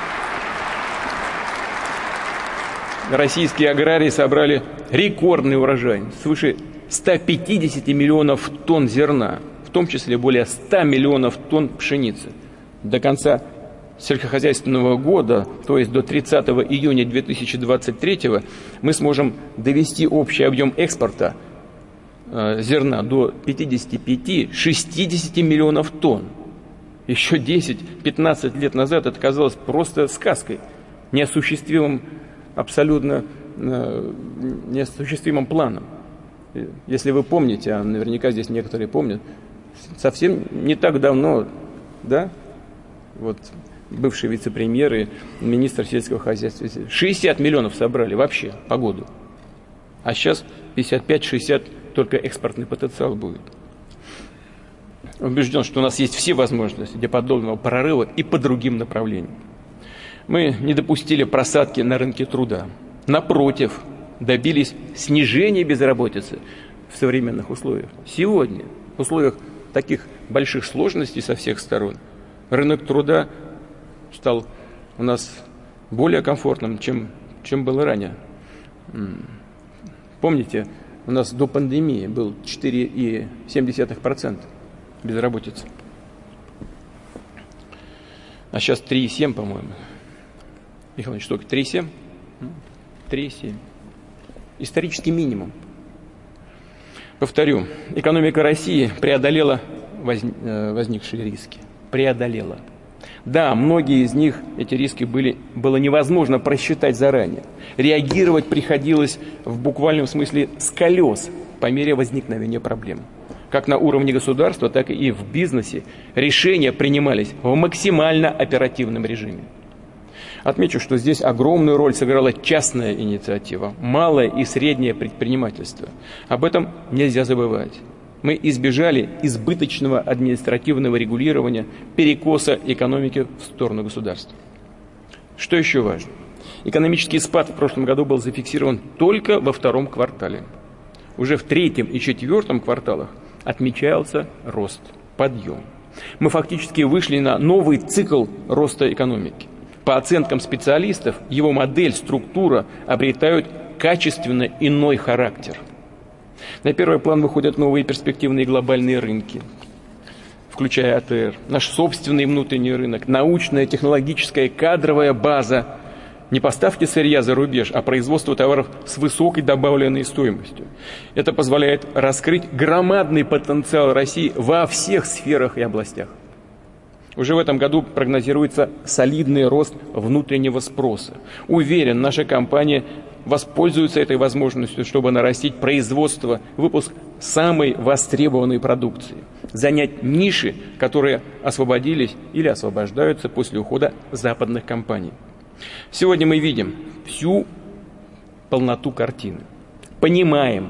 российские аграрии собрали рекордный урожай, свыше ста пятидесяти миллионов тонн зерна, в том числе более ста миллионов тонн пшеницы. До конца сельскохозяйственного года, то есть до тридцатого июня две тысячи двадцать третьего, мы сможем довести общий объем экспорта э, зерна до пятидесяти пяти — шестидесяти миллионов тонн. Еще десять-пятнадцать лет назад это казалось просто сказкой, неосуществимым, абсолютно э, неосуществимым планом. Если вы помните, а наверняка здесь некоторые помнят, совсем не так давно, да, вот бывший вице-премьер и министр сельского хозяйства, шестьдесят миллионов собрали вообще по году. А сейчас пятьдесят пять — шестьдесят только экспортный потенциал будет. Убежден, что у нас есть все возможности для подобного прорыва и по другим направлениям. Мы не допустили просадки на рынке труда. Напротив, добились снижения безработицы в современных условиях. Сегодня, в условиях таких больших сложностей со всех сторон, рынок труда стал у нас более комфортным, чем, чем было ранее. Помните, у нас до пандемии был четыре целых семь десятых процента безработицы. А сейчас три целых семь десятых, по-моему. Михаил Иванович, что, три целых семь? три целых семь. Исторический минимум. Повторю, экономика России преодолела возникшие риски. Преодолела. Да, многие из них, эти риски были, было невозможно просчитать заранее. Реагировать приходилось в буквальном смысле с колес по мере возникновения проблем. Как на уровне государства, так и в бизнесе решения принимались в максимально оперативном режиме. Отмечу, что здесь огромную роль сыграла частная инициатива, малое и среднее предпринимательство. Об этом нельзя забывать. Мы избежали избыточного административного регулирования, перекоса экономики в сторону государства. Что еще важно? Экономический спад в прошлом году был зафиксирован только во втором квартале. Уже в третьем и четвертом кварталах отмечался рост, подъем. Мы фактически вышли на новый цикл роста экономики. По оценкам специалистов, его модель, структура обретают качественно иной характер. На первый план выходят новые перспективные глобальные рынки, включая АТР, наш собственный внутренний рынок, научная, технологическая, кадровая база, не поставки сырья за рубеж, а производство товаров с высокой добавленной стоимостью. Это позволяет раскрыть громадный потенциал России во всех сферах и областях. Уже в этом году прогнозируется солидный рост внутреннего спроса. Уверен, наша компания воспользуется этой возможностью, чтобы нарастить производство, выпуск самой востребованной продукции, занять ниши, которые освободились или освобождаются после ухода западных компаний. Сегодня мы видим всю полноту картины, понимаем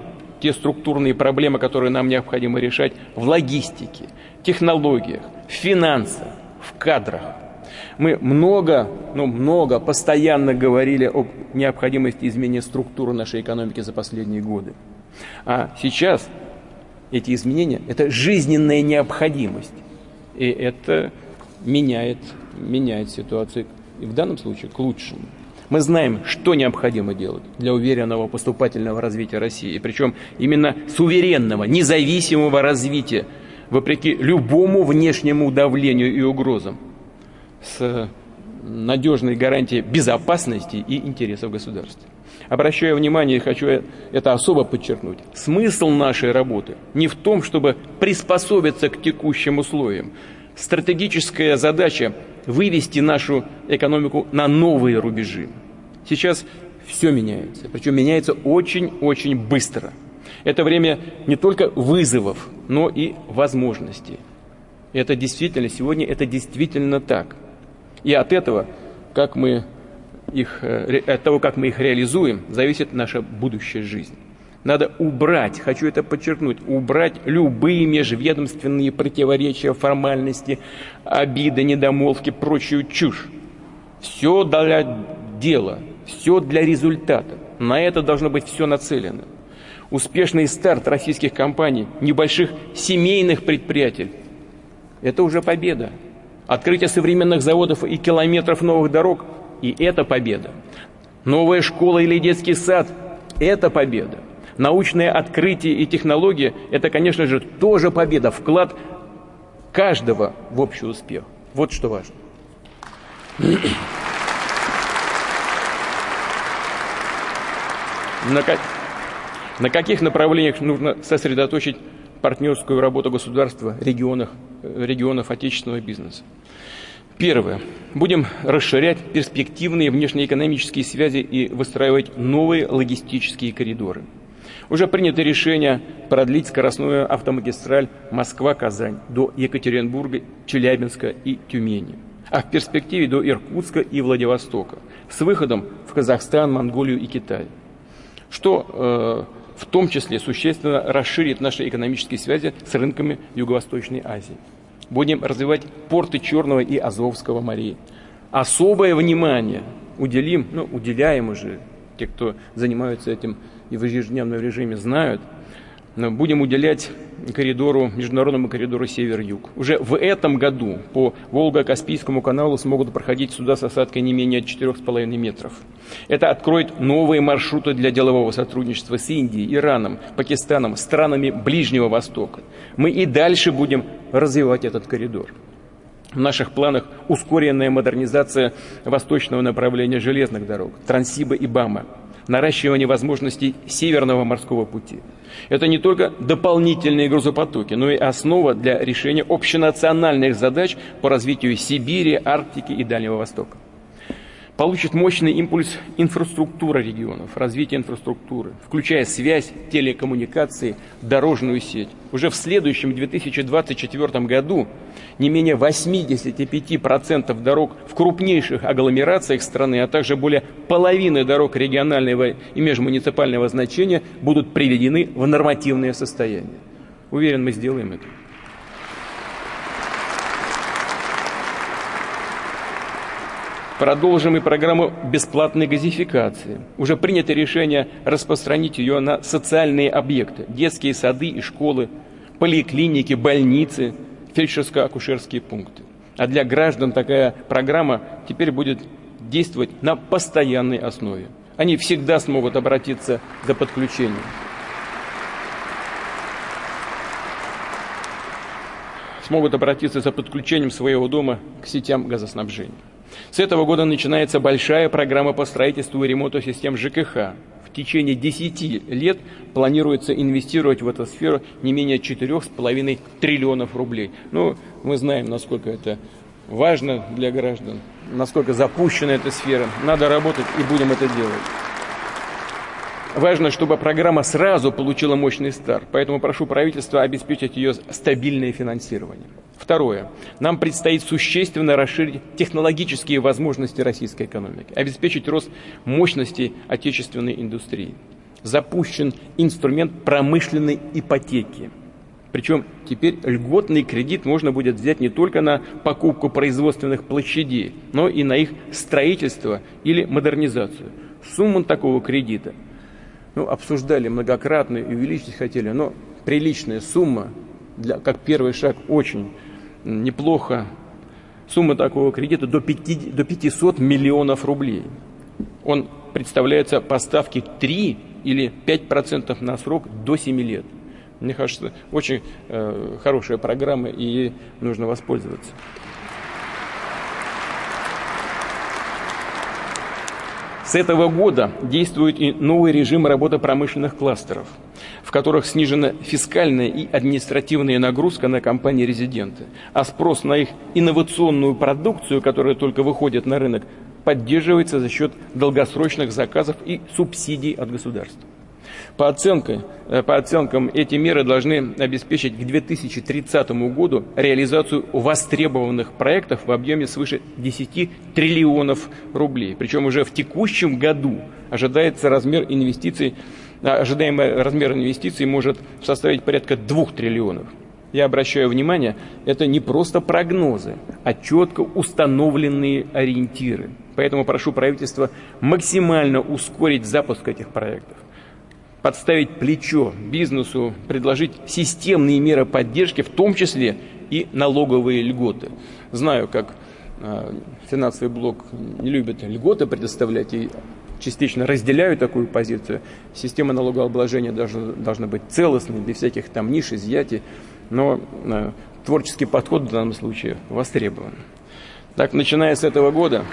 те структурные проблемы, которые нам необходимо решать в логистике, технологиях, в финансах, в кадрах. Мы много, ну, много, постоянно говорили о необходимости изменения структуры нашей экономики за последние годы. А сейчас эти изменения – это жизненная необходимость. И это меняет, меняет ситуацию, и в данном случае к лучшему. Мы знаем, что необходимо делать для уверенного поступательного развития России. Причем именно суверенного, независимого развития, вопреки любому внешнему давлению и угрозам, с надежной гарантией безопасности и интересов государства. Обращаю внимание и хочу это особо подчеркнуть. Смысл нашей работы не в том, чтобы приспособиться к текущим условиям. Стратегическая задача – вывести нашу экономику на новые рубежи. Сейчас все меняется, причем меняется очень-очень быстро. Это время не только вызовов, но и возможностей. Это действительно, сегодня это действительно так. И от этого, как мы их, от того, как мы их реализуем, зависит наша будущая жизнь. Надо убрать, хочу это подчеркнуть, убрать любые межведомственные противоречия, формальности, обиды, недомолвки, прочую чушь. Все для дела, все для результата. На это должно быть все нацелено. Успешный старт российских компаний, небольших семейных предприятий – это уже победа. Открытие современных заводов и километров новых дорог – и это победа. Новая школа или детский сад – это победа. Научное открытие и технологии – это, конечно же, тоже победа, вклад каждого в общий успех. Вот что важно. На, как... На каких направлениях нужно сосредоточить партнерскую работу государства, регионах, регионов отечественного бизнеса? Первое. Будем расширять перспективные внешнеэкономические связи и выстраивать новые логистические коридоры. Уже принято решение продлить скоростную автомагистраль Москва-Казань до Екатеринбурга, Челябинска и Тюмени, а в перспективе до Иркутска и Владивостока, с выходом в Казахстан, Монголию и Китай, что э, в том числе существенно расширит наши экономические связи с рынками Юго-Восточной Азии. Будем развивать порты Черного и Азовского морей. Особое внимание уделим, ну, уделяем уже, те, кто занимаются этим и в ежедневном режиме знают, будем уделять коридору, международному коридору Север-Юг. Уже в этом году по Волго-Каспийскому каналу смогут проходить суда с осадкой не менее четырёх с половиной метров. Это откроет новые маршруты для делового сотрудничества с Индией, Ираном, Пакистаном, странами Ближнего Востока. Мы и дальше будем развивать этот коридор. В наших планах ускоренная модернизация восточного направления железных дорог, Транссиба и БАМа, наращивание возможностей Северного морского пути. Это не только дополнительные грузопотоки, но и основа для решения общенациональных задач по развитию Сибири, Арктики и Дальнего Востока. Получит мощный импульс инфраструктура регионов, развитие инфраструктуры, включая связь, телекоммуникации, дорожную сеть. Уже в следующем две тысячи двадцать четвёртом году не менее восемьдесят пять процентов дорог в крупнейших агломерациях страны, а также более половины дорог регионального и межмуниципального значения будут приведены в нормативное состояние. Уверен, мы сделаем это. Продолжим и программу бесплатной газификации. Уже принято решение распространить ее на социальные объекты, детские сады и школы, поликлиники, больницы, фельдшерско-акушерские пункты. А для граждан такая программа теперь будет действовать на постоянной основе. Они всегда смогут обратиться за подключением. Смогут обратиться за подключением своего дома к сетям газоснабжения. С этого года начинается большая программа по строительству и ремонту систем ЖКХ. В течение десяти лет планируется инвестировать в эту сферу не менее четырёх с половиной триллионов рублей. Ну, мы знаем, насколько это важно для граждан, насколько запущена эта сфера. Надо работать, и будем это делать. Важно, чтобы программа сразу получила мощный старт, поэтому прошу правительство обеспечить ее стабильное финансирование. Второе. Нам предстоит существенно расширить технологические возможности российской экономики, обеспечить рост мощностей отечественной индустрии. запущен инструмент промышленной ипотеки. Причем теперь льготный кредит можно будет взять не только на покупку производственных площадей, но и на их строительство или модернизацию. Сумма такого кредита, ну, обсуждали многократно и увеличить хотели, но приличная сумма, для, как первый шаг, очень неплохо. Сумма такого кредита до, пяти, до пятисот миллионов рублей. Он представляется по ставке три или пять процентов на срок до семи лет. Мне кажется, очень э, хорошая программа, и ей нужно воспользоваться. С этого года действует и новый режим работы промышленных кластеров, в которых снижена фискальная и административная нагрузка на компании-резиденты, а спрос на их инновационную продукцию, которая только выходит на рынок, поддерживается за счет долгосрочных заказов и субсидий от государства. По оценкам, по оценкам, эти меры должны обеспечить к две тысячи тридцатому году реализацию востребованных проектов в объеме свыше десяти триллионов рублей. Причем уже в текущем году ожидается размер инвестиций, ожидаемый размер инвестиций может составить порядка двух триллионов. Я обращаю внимание, это не просто прогнозы, а четко установленные ориентиры. Поэтому прошу правительство максимально ускорить запуск этих проектов, подставить плечо бизнесу, предложить системные меры поддержки, в том числе и налоговые льготы. Знаю, как э, финансовый блок не любит льготы предоставлять и частично разделяю такую позицию. Система налогообложения должна, должна быть целостной, без всяких там ниш, изъятий, но э, творческий подход в данном случае востребован. Так, начиная с этого года,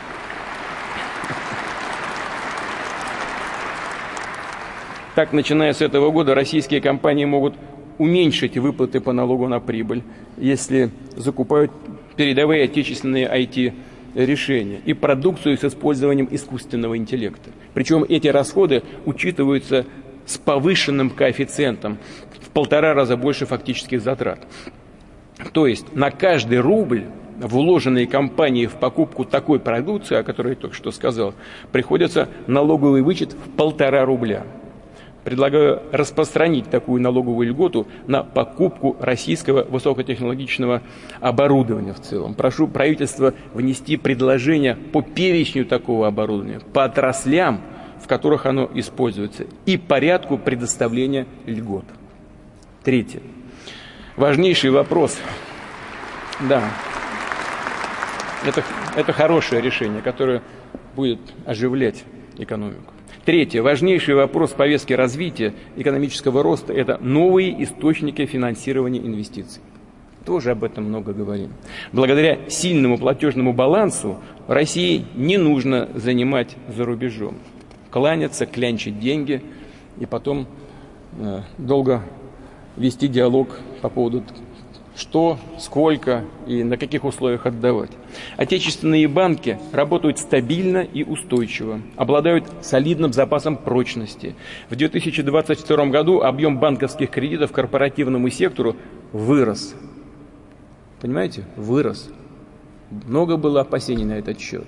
Так, начиная с этого года, российские компании могут уменьшить выплаты по налогу на прибыль, если закупают передовые отечественные ай ти-решения и продукцию с использованием искусственного интеллекта. Причем эти расходы учитываются с повышенным коэффициентом в полтора раза больше фактических затрат. То есть на каждый рубль, вложенные компании в покупку такой продукции, о которой я только что сказал, приходится налоговый вычет в полтора рубля. Предлагаю распространить такую налоговую льготу на покупку российского высокотехнологичного оборудования в целом. Прошу правительство внести предложение по перечню такого оборудования, по отраслям, в которых оно используется, и порядку предоставления льгот. Третье. Важнейший вопрос. Да, это, это хорошее решение, которое будет оживлять экономику. Третье. Важнейший вопрос повестки развития экономического роста – это новые источники финансирования инвестиций. Тоже об этом много говорим. Благодаря сильному платежному балансу России не нужно занимать за рубежом. Кланяться, клянчить деньги и потом э, долго вести диалог по поводу что, сколько и на каких условиях отдавать. Отечественные банки работают стабильно и устойчиво, обладают солидным запасом прочности. В две тысячи двадцать втором году объем банковских кредитов корпоративному сектору вырос. Понимаете? Вырос. Много было опасений на этот счет.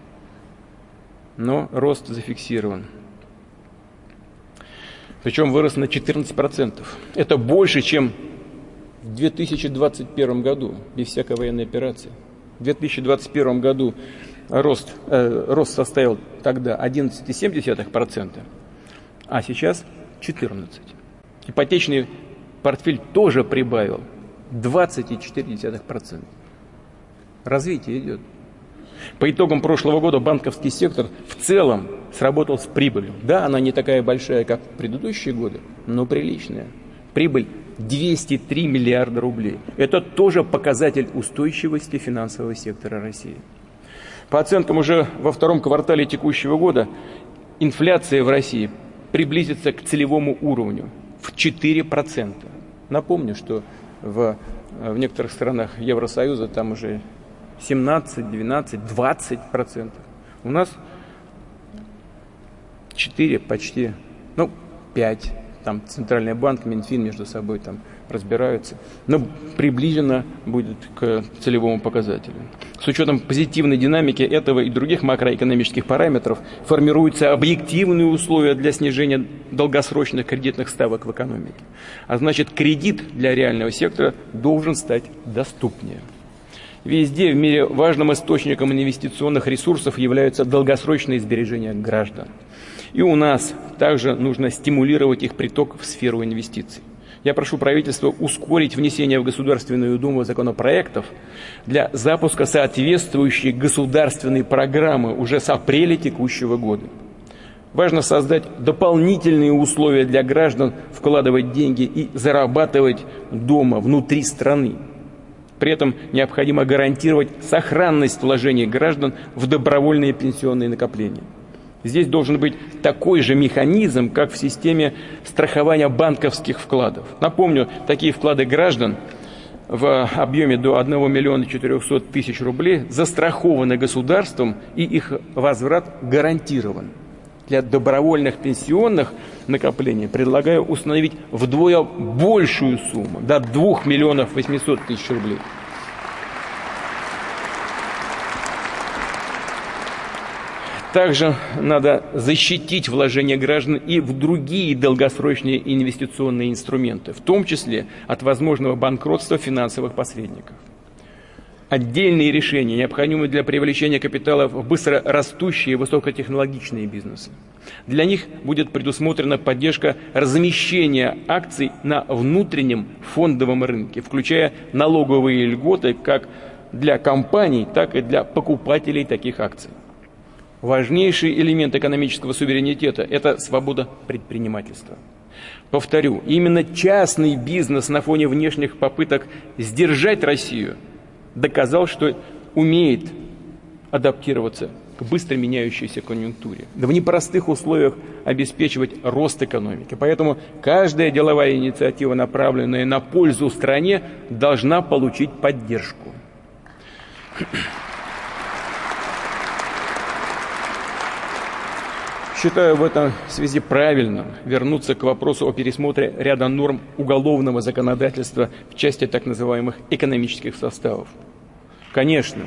Но рост зафиксирован. Причем вырос на четырнадцать процентов. Это больше, чем в две тысячи двадцать первом году, без всякой военной операции. В две тысячи двадцать первом году рост, э, рост составил тогда одиннадцать целых семь десятых процента, а сейчас четырнадцать процентов. Ипотечный портфель тоже прибавил двадцать целых четыре десятых процента. Развитие идет. По итогам прошлого года банковский сектор в целом сработал с прибылью. Да, она не такая большая, как в предыдущие годы, но приличная. Прибыль двести три миллиарда рублей. Это тоже показатель устойчивости финансового сектора России. По оценкам, уже во втором квартале текущего года инфляция в России приблизится к целевому уровню в четыре процента. Напомню, что в, в некоторых странах Евросоюза там уже семнадцать, двенадцать, двадцать процентов. У нас четыре почти, ну, пять там Центральный банк, Минфин между собой там разбираются, но приближенно будет к целевому показателю. С учетом позитивной динамики этого и других макроэкономических параметров формируются объективные условия для снижения долгосрочных кредитных ставок в экономике. А значит, кредит для реального сектора должен стать доступнее. Везде в мире важным источником инвестиционных ресурсов являются долгосрочные сбережения граждан. И у нас также нужно стимулировать их приток в сферу инвестиций. Я прошу правительство ускорить внесение в Государственную Думу законопроектов для запуска соответствующей государственной программы уже с апреля текущего года. Важно создать дополнительные условия для граждан вкладывать деньги и зарабатывать дома, внутри страны. При этом необходимо гарантировать сохранность вложений граждан в добровольные пенсионные накопления. Здесь должен быть такой же механизм, как в системе страхования банковских вкладов. Напомню, такие вклады граждан в объеме до одного миллиона четырехсот тысяч рублей застрахованы государством, и их возврат гарантирован. Для добровольных пенсионных накоплений предлагаю установить вдвое большую сумму, до двух миллионов восьмисот тысяч рублей. Также надо защитить вложения граждан и в другие долгосрочные инвестиционные инструменты, в том числе от возможного банкротства финансовых посредников. Отдельные решения необходимы для привлечения капитала в быстро растущие высокотехнологичные бизнесы. Для них будет предусмотрена поддержка размещения акций на внутреннем фондовом рынке, включая налоговые льготы как для компаний, так и для покупателей таких акций. Важнейший элемент экономического суверенитета – это свобода предпринимательства. Повторю, именно частный бизнес на фоне внешних попыток сдержать Россию доказал, что умеет адаптироваться к быстро меняющейся конъюнктуре, да в непростых условиях обеспечивать рост экономики. Поэтому каждая деловая инициатива, направленная на пользу стране, должна получить поддержку. Считаю в этом связи правильным вернуться к вопросу о пересмотре ряда норм уголовного законодательства в части так называемых экономических составов. Конечно,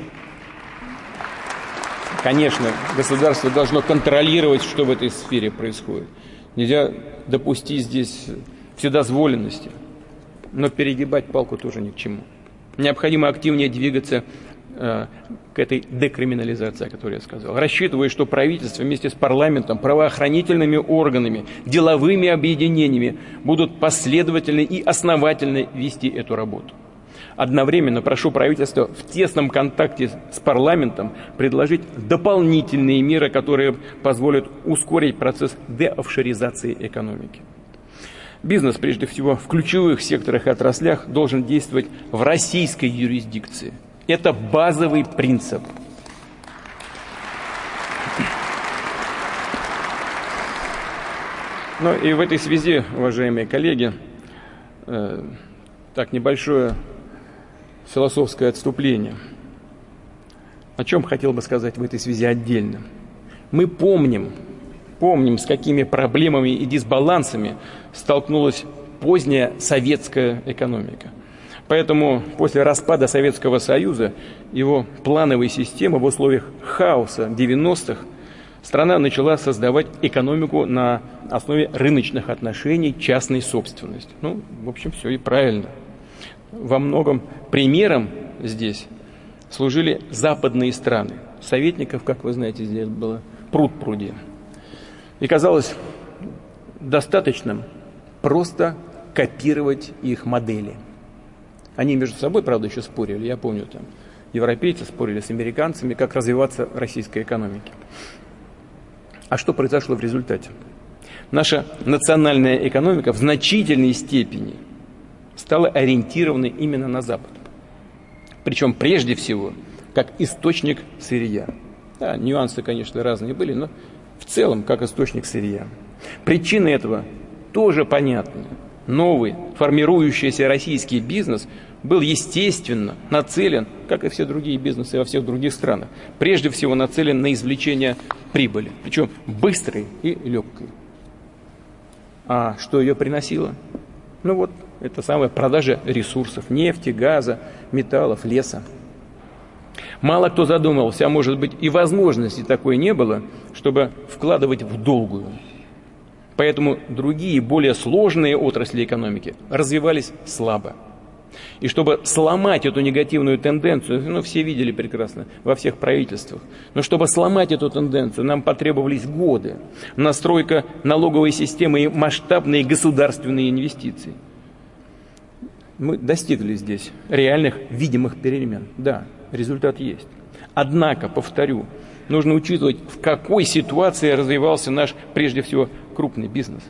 конечно, государство должно контролировать, что в этой сфере происходит. Нельзя допустить здесь вседозволенности, но перегибать палку тоже ни к чему. Необходимо активнее двигаться к этой декриминализации, о которой я сказал. Рассчитываю, что правительство вместе с парламентом, правоохранительными органами, деловыми объединениями будут последовательно и основательно вести эту работу. Одновременно прошу правительство в тесном контакте с парламентом предложить дополнительные меры, которые позволят ускорить процесс деофшоризации экономики. Бизнес, прежде всего, в ключевых секторах и отраслях должен действовать в российской юрисдикции. Это базовый принцип. Ну и в этой связи, уважаемые коллеги, э, так, небольшое философское отступление. О чем хотел бы сказать в этой связи отдельно. Мы помним, помним, с какими проблемами и дисбалансами столкнулась поздняя советская экономика. Поэтому после распада Советского Союза, его плановой системы в условиях хаоса девяностых, страна начала создавать экономику на основе рыночных отношений, частной собственности. Ну, в общем, все и правильно. Во многом примером здесь служили западные страны. Советников, как вы знаете, здесь было пруд-пруди. И казалось достаточным просто копировать их модели. Они между собой, правда, еще спорили. Я помню, там европейцы спорили с американцами, как развиваться российской экономике. А что произошло в результате? Наша национальная экономика в значительной степени стала ориентирована именно на Запад. Причем прежде всего как источник сырья. Да, нюансы, конечно, разные были, но в целом как источник сырья. Причины этого тоже понятны. Новый, формирующийся российский бизнес был, естественно, нацелен, как и все другие бизнесы во всех других странах, прежде всего нацелен на извлечение прибыли, причем быстрой и легкой. А что ее приносило? Ну вот, это самая продажа ресурсов, нефти, газа, металлов, леса. Мало кто задумывался, а может быть и возможности такой не было, чтобы вкладывать в долгую. Поэтому другие, более сложные отрасли экономики развивались слабо. И чтобы сломать эту негативную тенденцию, ну, все видели прекрасно во всех правительствах, но чтобы сломать эту тенденцию, нам потребовались годы. Настройка налоговой системы и масштабные государственные инвестиции. Мы достигли здесь реальных видимых перемен. Да, результат есть. Однако, повторю, нужно учитывать, в какой ситуации развивался наш, прежде всего, крупный бизнес.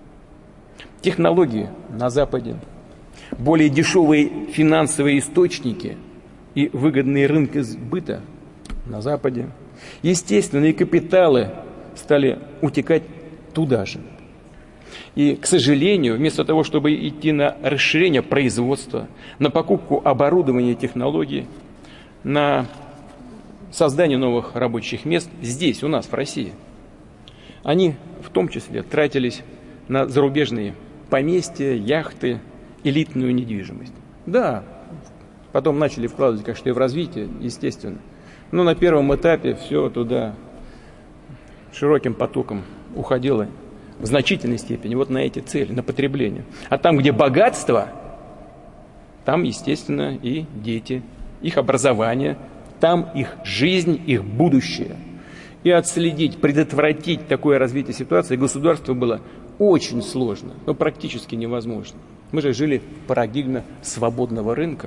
Технологии на Западе, более дешевые финансовые источники и выгодные рынки сбыта на Западе. Естественные капиталы стали утекать туда же. И, к сожалению, вместо того, чтобы идти на расширение производства, на покупку оборудования и технологий, на создание новых рабочих мест здесь, у нас, в России, они в том числе тратились на зарубежные поместья, яхты, элитную недвижимость. Да, потом начали вкладывать, конечно, и в развитие, естественно. Но на первом этапе все туда широким потоком уходило в значительной степени вот на эти цели, на потребление. А там, где богатство, там, естественно, и дети, их образование, там их жизнь, их будущее. И отследить, предотвратить такое развитие ситуации государству было очень сложно, но практически невозможно. Мы же жили в парадигме свободного рынка.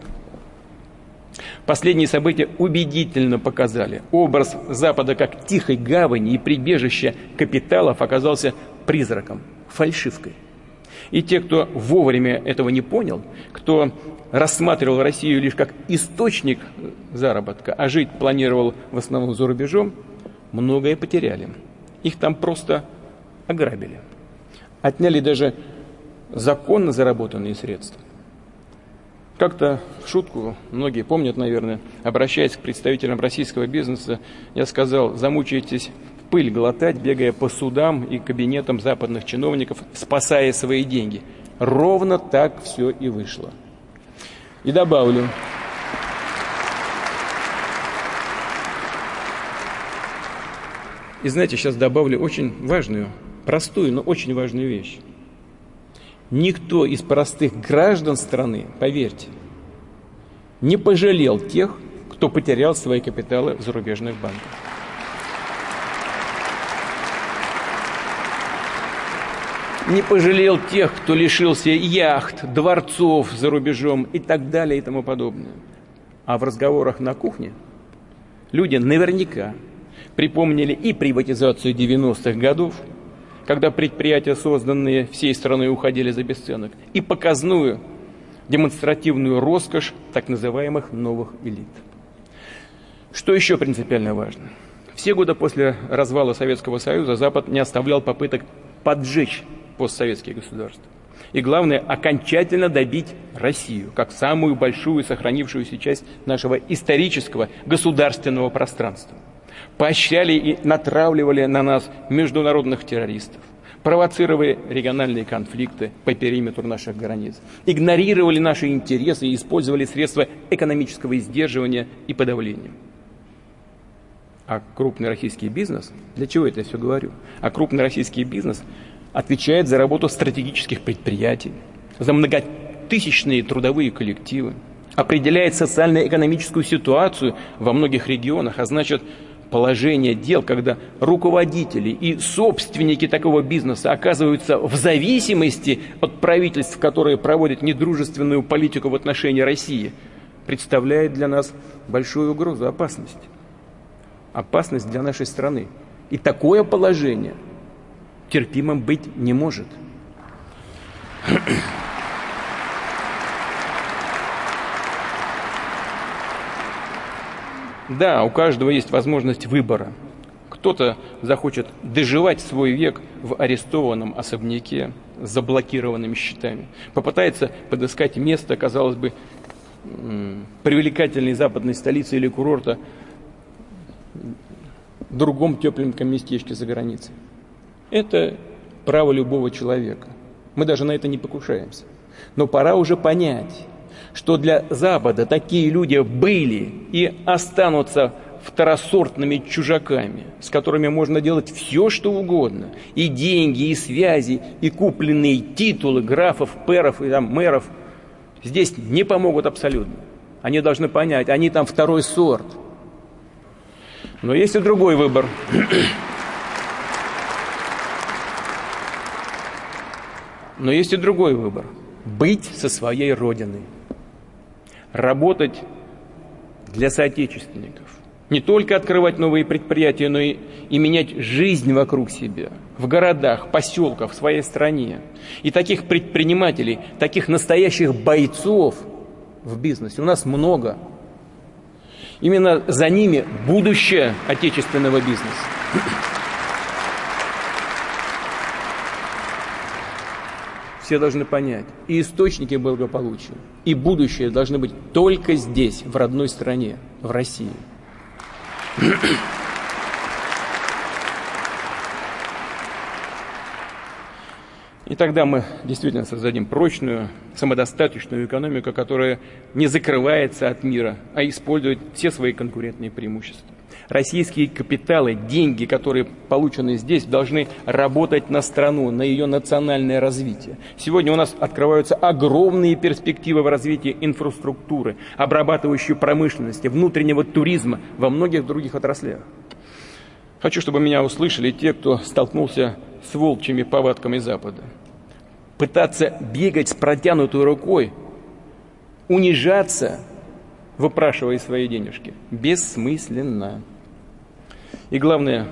Последние события убедительно показали, образ Запада как тихой гавани и прибежища капиталов оказался призраком, фальшивкой. И те, кто вовремя этого не понял, кто рассматривал Россию лишь как источник заработка, а жить планировал в основном за рубежом, многое потеряли. Их там просто ограбили. Отняли даже законно заработанные средства. Как-то в шутку, многие помнят, наверное, обращаясь к представителям российского бизнеса, я сказал: замучаетесь пыль глотать, бегая по судам и кабинетам западных чиновников, спасая свои деньги. Ровно так все и вышло. И добавлю, и знаете, сейчас добавлю очень важную, простую, но очень важную вещь. Никто из простых граждан страны, поверьте, не пожалел тех, кто потерял свои капиталы в зарубежных банках. Не пожалел тех, кто лишился яхт, дворцов за рубежом и так далее и тому подобное. А в разговорах на кухне люди наверняка припомнили и приватизацию девяностых годов, когда предприятия, созданные всей страной, уходили за бесценок, и показную демонстративную роскошь так называемых новых элит. Что еще принципиально важно? Все годы после развала Советского Союза Запад не оставлял попыток поджечь постсоветские государства. И главное, окончательно добить Россию, как самую большую сохранившуюся часть нашего исторического государственного пространства. Поощряли и натравливали на нас международных террористов, провоцировали региональные конфликты по периметру наших границ, игнорировали наши интересы и использовали средства экономического сдерживания и подавления. А крупный российский бизнес, для чего это я все говорю? А крупный российский бизнес отвечает за работу стратегических предприятий, за многотысячные трудовые коллективы, определяет социально-экономическую ситуацию во многих регионах, а значит, положение дел, когда руководители и собственники такого бизнеса оказываются в зависимости от правительств, которые проводят недружественную политику в отношении России, представляет для нас большую угрозу, опасность. Опасность для нашей страны. И такое положение терпимым быть не может. Да, у каждого есть возможность выбора. Кто-то захочет доживать свой век в арестованном особняке с заблокированными счетами. Попытается подыскать место, казалось бы, привлекательной западной столицы или курорта в другом тепленьком местечке за границей. Это право любого человека. Мы даже на это не покушаемся. Но пора уже понять, что для Запада такие люди были и останутся второсортными чужаками, с которыми можно делать все, что угодно. И деньги, и связи, и купленные титулы графов, пэров и там, мэров здесь не помогут абсолютно. Они должны понять, они там второй сорт. Но есть и другой выбор. Но есть и другой выбор. Быть со своей родиной. Работать для соотечественников. Не только открывать новые предприятия, но и, и менять жизнь вокруг себя. В городах, поселках, в своей стране. И таких предпринимателей, таких настоящих бойцов в бизнесе у нас много. Именно за ними будущее отечественного бизнеса. Все должны понять, и источники благополучия, и будущее должны быть только здесь, в родной стране, в России. И тогда мы действительно создадим прочную, самодостаточную экономику, которая не закрывается от мира, а использует все свои конкурентные преимущества. Российские капиталы, деньги, которые получены здесь, должны работать на страну, на ее национальное развитие. Сегодня у нас открываются огромные перспективы в развитии инфраструктуры, обрабатывающей промышленности, внутреннего туризма во многих других отраслях. Хочу, чтобы меня услышали те, кто столкнулся с волчьими повадками Запада. Пытаться бегать с протянутой рукой, унижаться, выпрашивая свои денежки, бессмысленно. И главное,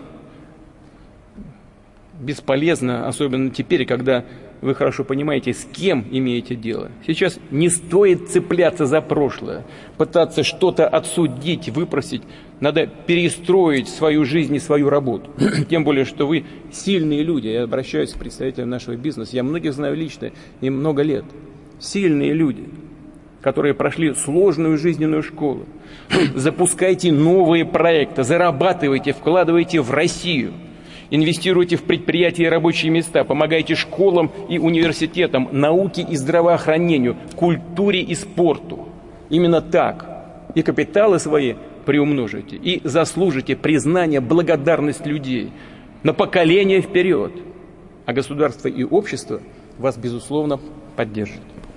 бесполезно, особенно теперь, когда вы хорошо понимаете, с кем имеете дело. Сейчас не стоит цепляться за прошлое, пытаться что-то отсудить, выпросить. Надо перестроить свою жизнь и свою работу. Тем более, что вы сильные люди. Я обращаюсь к представителям нашего бизнеса. Я многих знаю лично, им много лет. Сильные люди, которые прошли сложную жизненную школу. Запускайте новые проекты, зарабатывайте, вкладывайте в Россию. Инвестируйте в предприятия и рабочие места, помогайте школам и университетам, науке и здравоохранению, культуре и спорту. Именно так. И капиталы свои приумножите, и заслужите признание, благодарность людей на поколение вперед. А государство и общество вас, безусловно, поддержат.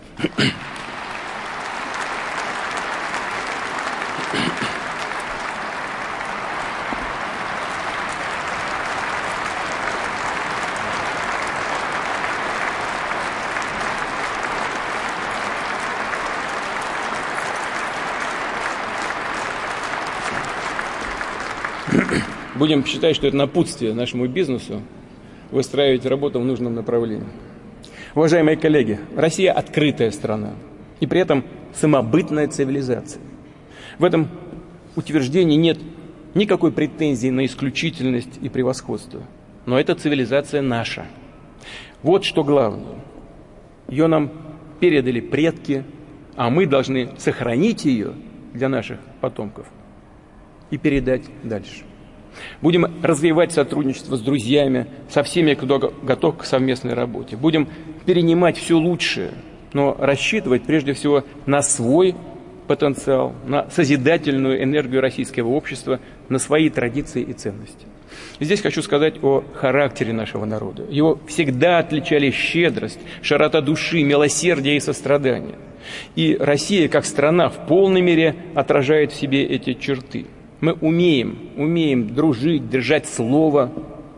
Будем считать, что это напутствие нашему бизнесу выстраивать работу в нужном направлении. Уважаемые коллеги, Россия открытая страна и при этом самобытная цивилизация. В этом утверждении нет никакой претензии на исключительность и превосходство. Но эта цивилизация наша. Вот что главное. Ее нам передали предки, а мы должны сохранить ее для наших потомков и передать дальше. Будем развивать сотрудничество с друзьями, со всеми, кто готов к совместной работе. Будем перенимать все лучшее, но рассчитывать прежде всего на свой потенциал, на созидательную энергию российского общества, на свои традиции и ценности. Здесь хочу сказать о характере нашего народа. Его всегда отличали щедрость, широта души, милосердие и сострадание. И Россия, как страна, в полной мере отражает в себе эти черты. Мы умеем, умеем дружить, держать слово,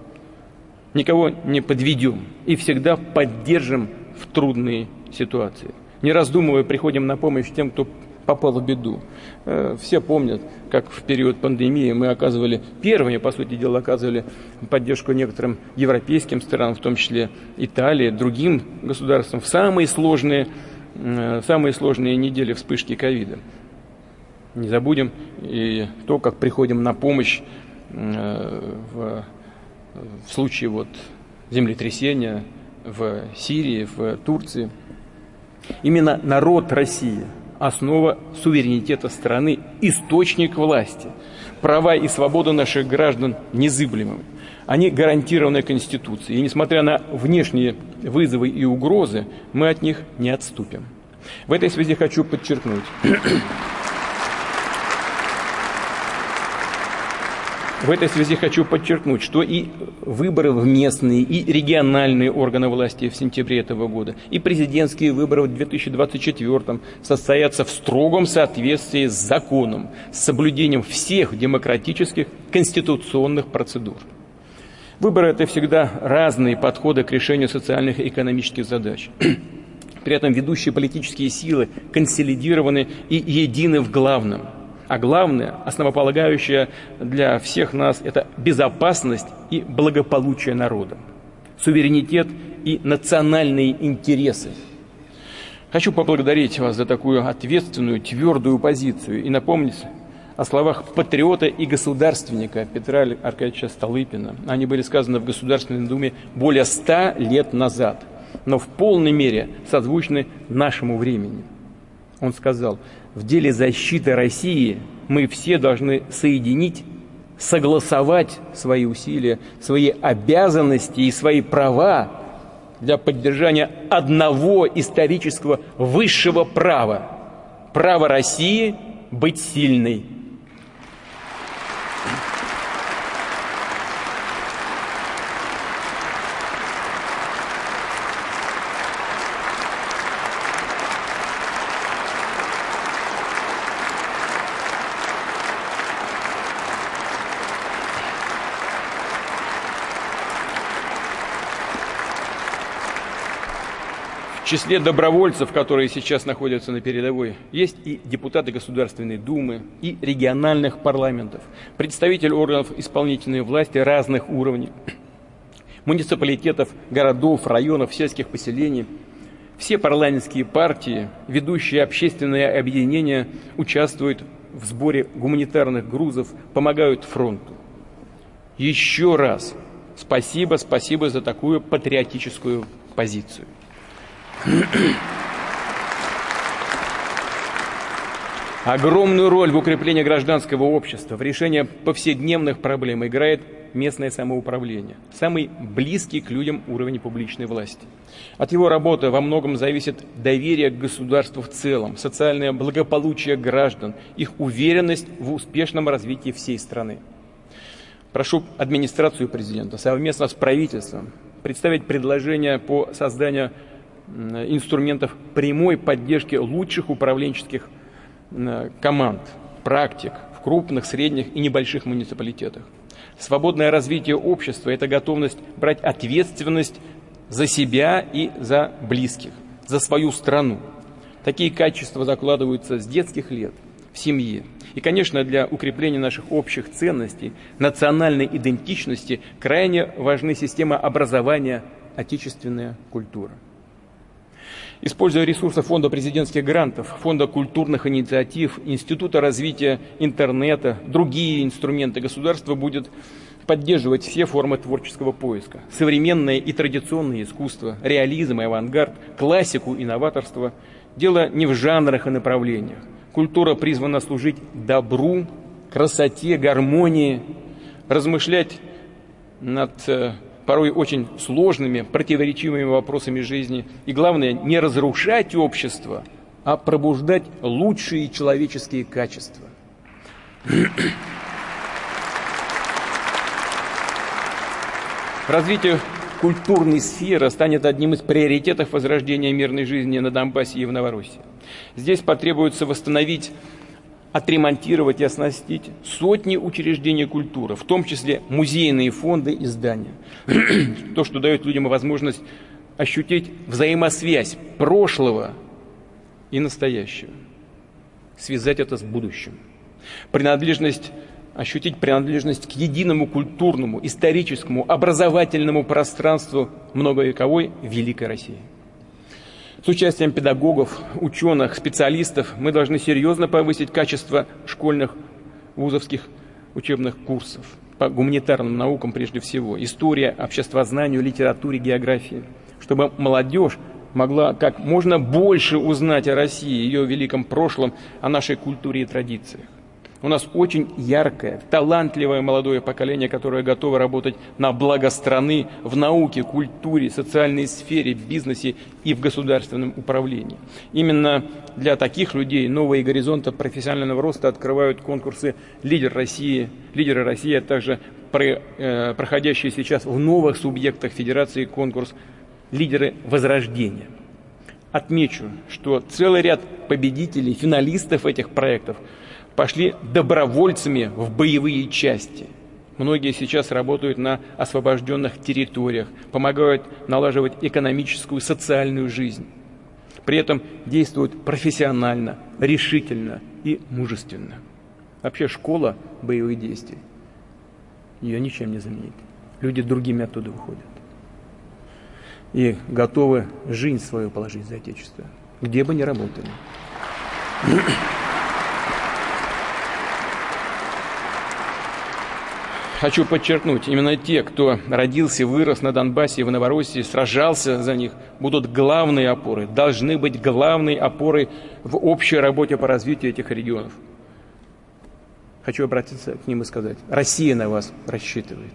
никого не подведем и всегда поддержим в трудные ситуации. Не раздумывая, приходим на помощь тем, кто попал в беду. Все помнят, как в период пандемии мы оказывали, первыми, по сути дела, оказывали поддержку некоторым европейским странам, в том числе Италии, другим государствам, в самые сложные, самые сложные недели вспышки ковида. Не забудем и то, как приходим на помощь в, в случае вот землетрясения в Сирии, в Турции. Именно народ России – основа суверенитета страны, источник власти. Права и свободы наших граждан незыблемы. Они гарантированы Конституцией. И несмотря на внешние вызовы и угрозы, мы от них не отступим. В этой связи хочу подчеркнуть. В этой связи хочу подчеркнуть, что и выборы в местные, и региональные органы власти в сентябре этого года, и президентские выборы в две тысячи двадцать четвёртом состоятся в строгом соответствии с законом, с соблюдением всех демократических конституционных процедур. Выборы – это всегда разные подходы к решению социальных и экономических задач. При этом ведущие политические силы консолидированы и едины в главном. А главное, основополагающее для всех нас – это безопасность и благополучие народа, суверенитет и национальные интересы. Хочу поблагодарить вас за такую ответственную, твердую позицию и напомнить о словах патриота и государственника Петра Аркадьевича Столыпина. Они были сказаны в Государственной Думе более ста лет назад, но в полной мере созвучны нашему времени. Он сказал: в деле защиты России мы все должны соединить, согласовать свои усилия, свои обязанности и свои права для поддержания одного исторического высшего права – права России быть сильной. В числе добровольцев, которые сейчас находятся на передовой, есть и депутаты Государственной Думы, и региональных парламентов, представители органов исполнительной власти разных уровней, муниципалитетов, городов, районов, сельских поселений. Все парламентские партии, ведущие общественные объединения участвуют в сборе гуманитарных грузов, помогают фронту. Еще раз спасибо, спасибо за такую патриотическую позицию. Огромную роль в укреплении гражданского общества, в решении повседневных проблем играет местное самоуправление, самый близкий к людям уровень публичной власти. От его работы во многом зависит доверие к государству в целом, социальное благополучие граждан, их уверенность в успешном развитии всей страны. Прошу администрацию президента совместно с правительством представить предложение по созданию инструментов прямой поддержки лучших управленческих команд, практик в крупных, средних и небольших муниципалитетах. Свободное развитие общества – это готовность брать ответственность за себя и за близких, за свою страну. Такие качества закладываются с детских лет в семье. И, конечно, для укрепления наших общих ценностей, национальной идентичности крайне важны система образования, отечественная культура. Используя ресурсы Фонда президентских грантов, Фонда культурных инициатив, Института развития интернета, другие инструменты, государство будет поддерживать все формы творческого поиска. Современное и традиционное искусство, реализм и авангард, классику и новаторство. Дело не в жанрах и направлениях. Культура призвана служить добру, красоте, гармонии, размышлять над порой очень сложными, противоречивыми вопросами жизни. И главное, не разрушать общество, а пробуждать лучшие человеческие качества. Развитие культурной сферы станет одним из приоритетов возрождения мирной жизни на Донбассе и в Новороссии. Здесь потребуется восстановить, отремонтировать и оснастить сотни учреждений культуры, в том числе музейные фонды и здания. То, что дает людям возможность ощутить взаимосвязь прошлого и настоящего, связать это с будущим. Принадлежность, ощутить принадлежность к единому культурному, историческому, образовательному пространству многовековой великой России. С участием педагогов, ученых, специалистов мы должны серьезно повысить качество школьных, вузовских учебных курсов по гуманитарным наукам прежде всего, история, обществознанию, литературе, географии, чтобы молодежь могла как можно больше узнать о России, ее великом прошлом, о нашей культуре и традициях. У нас очень яркое, талантливое молодое поколение, которое готово работать на благо страны в науке, культуре, социальной сфере, бизнесе и в государственном управлении. Именно для таких людей новые горизонты профессионального роста открывают конкурсы «Лидер России», «Лидеры России», а также проходящий сейчас в новых субъектах Федерации конкурс «Лидеры Возрождения». Отмечу, что целый ряд победителей, финалистов этих проектов пошли добровольцами в боевые части. Многие сейчас работают на освобожденных территориях, помогают налаживать экономическую, социальную жизнь. При этом действуют профессионально, решительно и мужественно. Вообще школа боевых действий ее ничем не заменит. Люди другими оттуда выходят. И готовы жизнь свою положить за Отечество, где бы ни работали. Хочу подчеркнуть, именно те, кто родился, вырос на Донбассе и в Новороссии, сражался за них, будут главной опорой, должны быть главной опорой в общей работе по развитию этих регионов. Хочу обратиться к ним и сказать: Россия на вас рассчитывает.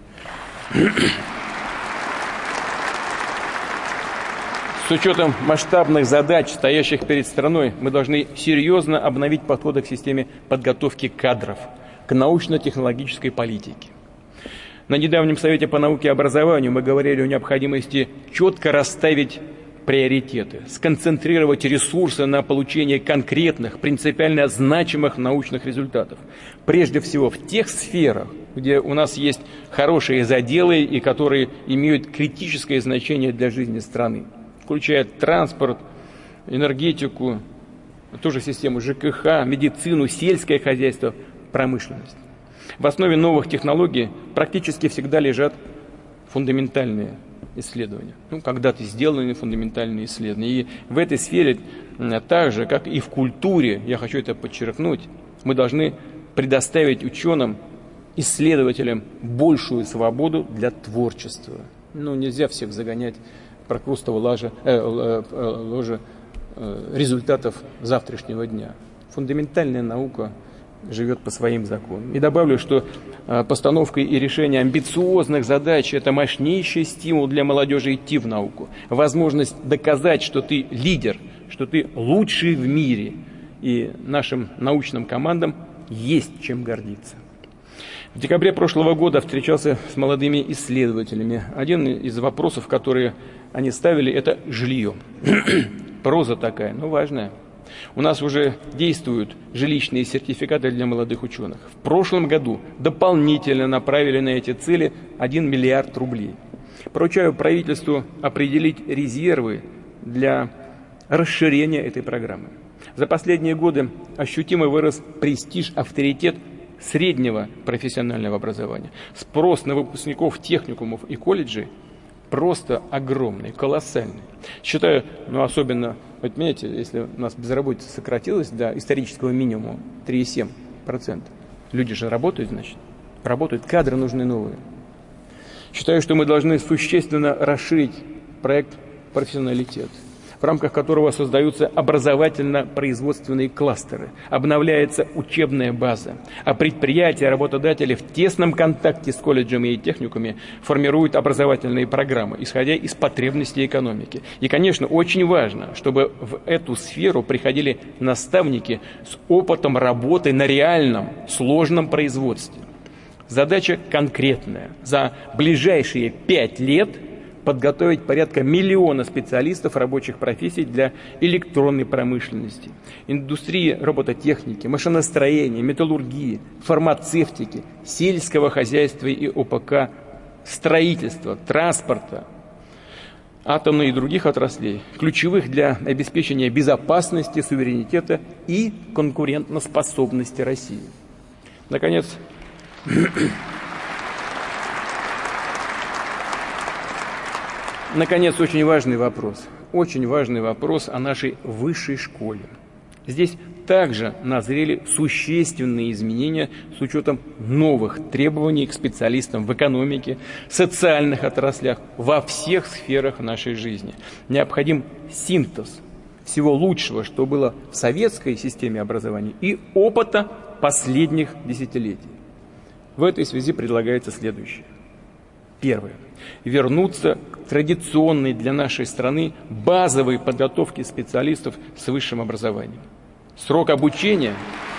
С учетом масштабных задач, стоящих перед страной, мы должны серьезно обновить подходы к системе подготовки кадров, к научно-технологической политике. На недавнем Совете по науке и образованию мы говорили о необходимости четко расставить приоритеты, сконцентрировать ресурсы на получение конкретных, принципиально значимых научных результатов. Прежде всего в тех сферах, где у нас есть хорошие заделы и которые имеют критическое значение для жизни страны, включая транспорт, энергетику, ту же систему ЖКХ, медицину, сельское хозяйство, промышленность. В основе новых технологий практически всегда лежат фундаментальные исследования. Ну, когда-то сделаны фундаментальные исследования. И в этой сфере, так же, как и в культуре, я хочу это подчеркнуть, мы должны предоставить ученым, исследователям большую свободу для творчества. Ну, нельзя всех загонять в прокрустово ложе, э, э, ложе э, результатов завтрашнего дня. Фундаментальная наука живет по своим законам. И добавлю, что э, постановка и решение амбициозных задач – это мощнейший стимул для молодежи идти в науку. Возможность доказать, что ты лидер, что ты лучший в мире. И нашим научным командам есть чем гордиться. В декабре прошлого года встречался с молодыми исследователями. Один из вопросов, которые они ставили, это жилье. Проза такая, но важная. У нас уже действуют жилищные сертификаты для молодых ученых. В прошлом году дополнительно направили на эти цели один миллиард рублей. Поручаю правительству определить резервы для расширения этой программы. За последние годы ощутимо вырос престиж, авторитет среднего профессионального образования. Спрос на выпускников техникумов и колледжей просто огромный, колоссальный. Считаю, ну особенно, вот понимаете, если у нас безработица сократилась до исторического минимума три и семь десятых процента, люди же работают, значит, работают, кадры нужны новые. Считаю, что мы должны существенно расширить проект «Профессионалитет», в рамках которого создаются образовательно-производственные кластеры, обновляется учебная база, а предприятия, работодатели в тесном контакте с колледжами и техникумами формируют образовательные программы, исходя из потребностей экономики. И, конечно, очень важно, чтобы в эту сферу приходили наставники с опытом работы на реальном, сложном производстве. Задача конкретная. За ближайшие пять лет подготовить порядка миллиона специалистов рабочих профессий для электронной промышленности, индустрии робототехники, машиностроения, металлургии, фармацевтики, сельского хозяйства и ОПК, строительства, транспорта, атомной и других отраслей, ключевых для обеспечения безопасности, суверенитета и конкурентоспособности России. Наконец, Наконец, очень важный вопрос. Очень важный вопрос о нашей высшей школе. Здесь также назрели существенные изменения с учетом новых требований к специалистам в экономике, социальных отраслях, во всех сферах нашей жизни. Необходим синтез всего лучшего, что было в советской системе образования, и опыта последних десятилетий. В этой связи предлагается следующее. Первое. Вернуться к традиционной для нашей страны базовой подготовке специалистов с высшим образованием. Срок обучения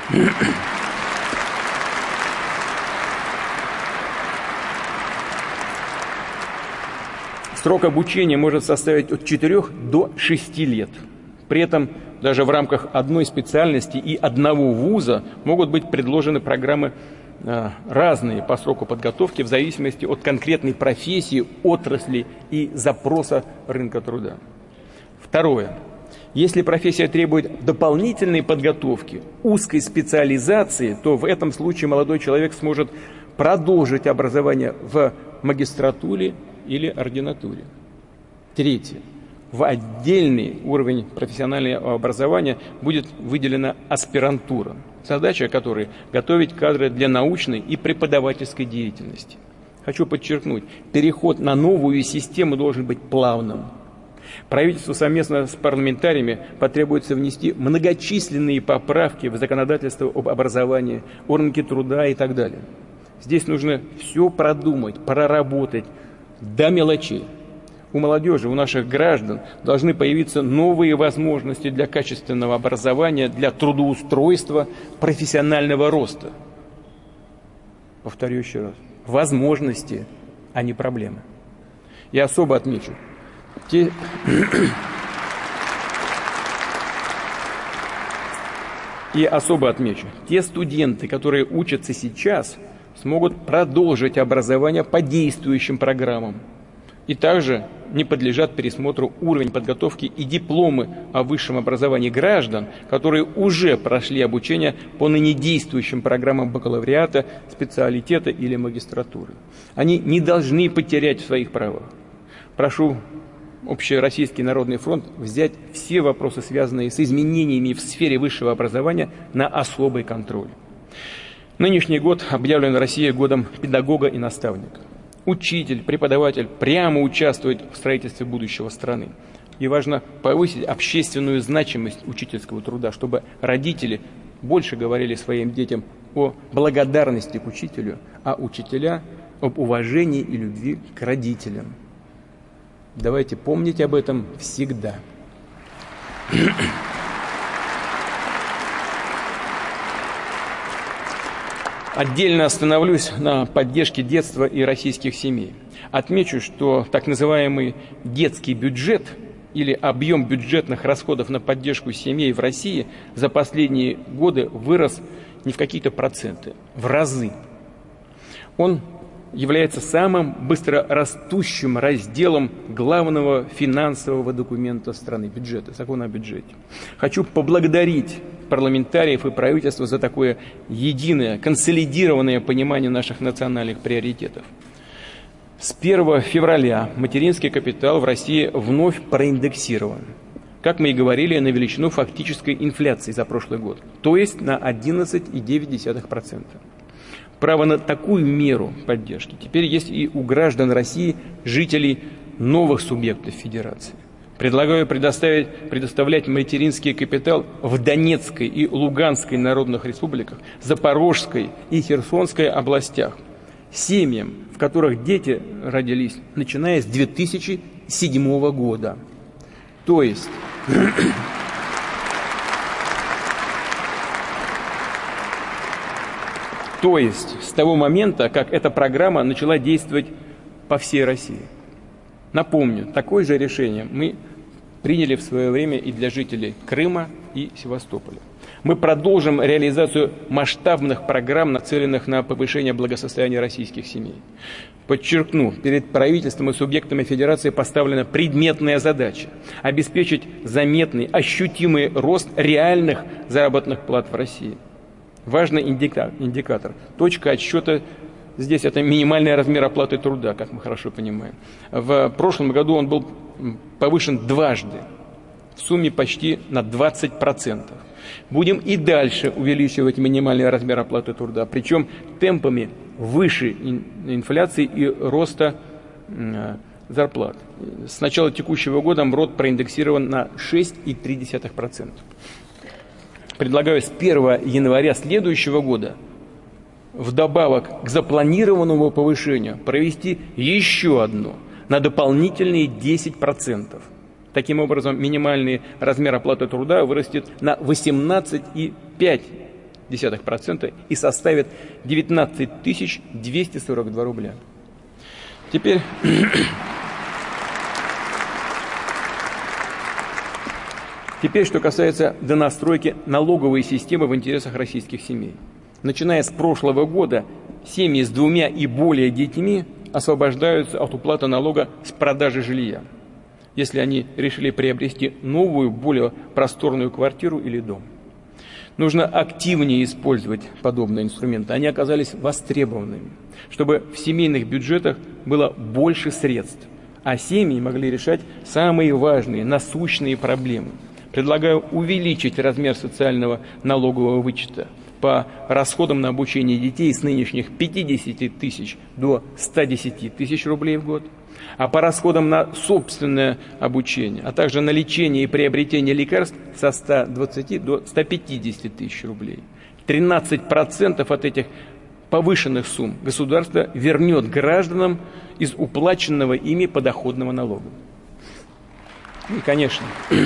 Срок обучения может составить от четырёх до шести лет. При этом даже в рамках одной специальности и одного вуза могут быть предложены программы э, разные по сроку подготовки в зависимости от конкретной профессии, отрасли и запроса рынка труда. Второе. Если профессия требует дополнительной подготовки, узкой специализации, то в этом случае молодой человек сможет продолжить образование в магистратуре или ординатуре. Третье. В отдельный уровень профессионального образования будет выделена аспирантура, задача которой – готовить кадры для научной и преподавательской деятельности. Хочу подчеркнуть, переход на новую систему должен быть плавным. Правительству совместно с парламентариями потребуется внести многочисленные поправки в законодательство об образовании, о рынке труда и так далее. Здесь нужно все продумать, проработать до мелочей. У молодежи, у наших граждан должны появиться новые возможности для качественного образования, для трудоустройства, профессионального роста. Повторю еще раз. Возможности, а не проблемы. Я особо отмечу. Те... И особо отмечу. Те студенты, которые учатся сейчас, смогут продолжить образование по действующим программам. И также не подлежат пересмотру уровень подготовки и дипломы о высшем образовании граждан, которые уже прошли обучение по ныне действующим программам бакалавриата, специалитета или магистратуры. Они не должны потерять в своих правах. Прошу Общероссийский народный фронт взять все вопросы, связанные с изменениями в сфере высшего образования, на особый контроль. Нынешний год объявлен в России годом педагога и наставника. Учитель, преподаватель прямо участвует в строительстве будущего страны. И важно повысить общественную значимость учительского труда, чтобы родители больше говорили своим детям о благодарности к учителю, а учителя об уважении и любви к родителям. Давайте помнить об этом всегда. Отдельно остановлюсь на поддержке детства и российских семей. Отмечу, что так называемый детский бюджет или объем бюджетных расходов на поддержку семей в России за последние годы вырос не в какие-то проценты, в разы. Он является самым быстрорастущим разделом главного финансового документа страны, бюджета, закона о бюджете. Хочу поблагодарить парламентариев и правительства за такое единое, консолидированное понимание наших национальных приоритетов. С первого февраля материнский капитал в России вновь проиндексирован, как мы и говорили, на величину фактической инфляции за прошлый год, то есть на одиннадцать целых девять десятых процента. Право на такую меру поддержки теперь есть и у граждан России, жителей новых субъектов Федерации. Предлагаю предоставить, предоставлять материнский капитал в Донецкой и Луганской народных республиках, Запорожской и Херсонской областях, семьям, в которых дети родились, начиная с две тысячи седьмого года. То есть... То есть с того момента, как эта программа начала действовать по всей России. Напомню, такое же решение мы приняли в свое время и для жителей Крыма и Севастополя. Мы продолжим реализацию масштабных программ, нацеленных на повышение благосостояния российских семей. Подчеркну, перед правительством и субъектами Федерации поставлена предметная задача – обеспечить заметный, ощутимый рост реальных заработных плат в России. Важный индикатор. Точка отсчета здесь это минимальный размер оплаты труда, как мы хорошо понимаем. В прошлом году он был повышен дважды, в сумме почти на двадцать процентов. Будем и дальше увеличивать минимальный размер оплаты труда, причем темпами выше инфляции и роста зарплат. С начала текущего года МРОТ проиндексирован на шесть целых три десятых процента. предлагаю с первого января следующего года вдобавок к запланированному повышению провести еще одно на дополнительные десять процентов. Таким образом, минимальный размер оплаты труда вырастет на восемнадцать целых пять десятых процента и составит девятнадцать тысяч двести сорок два рубля. Теперь... Теперь, что касается донастройки налоговой системы в интересах российских семей. Начиная с прошлого года, семьи с двумя и более детьми освобождаются от уплаты налога с продажи жилья, если они решили приобрести новую, более просторную квартиру или дом. Нужно активнее использовать подобные инструменты. Они оказались востребованными, чтобы в семейных бюджетах было больше средств, а семьи могли решать самые важные, насущные проблемы. Предлагаю увеличить размер социального налогового вычета по расходам на обучение детей с нынешних пятидесяти тысяч до ста десяти тысяч рублей в год, а по расходам на собственное обучение, а также на лечение и приобретение лекарств со ста двадцати до ста пятидесяти тысяч рублей. тринадцать процентов от этих повышенных сумм государство вернет гражданам из уплаченного ими подоходного налога. И, конечно...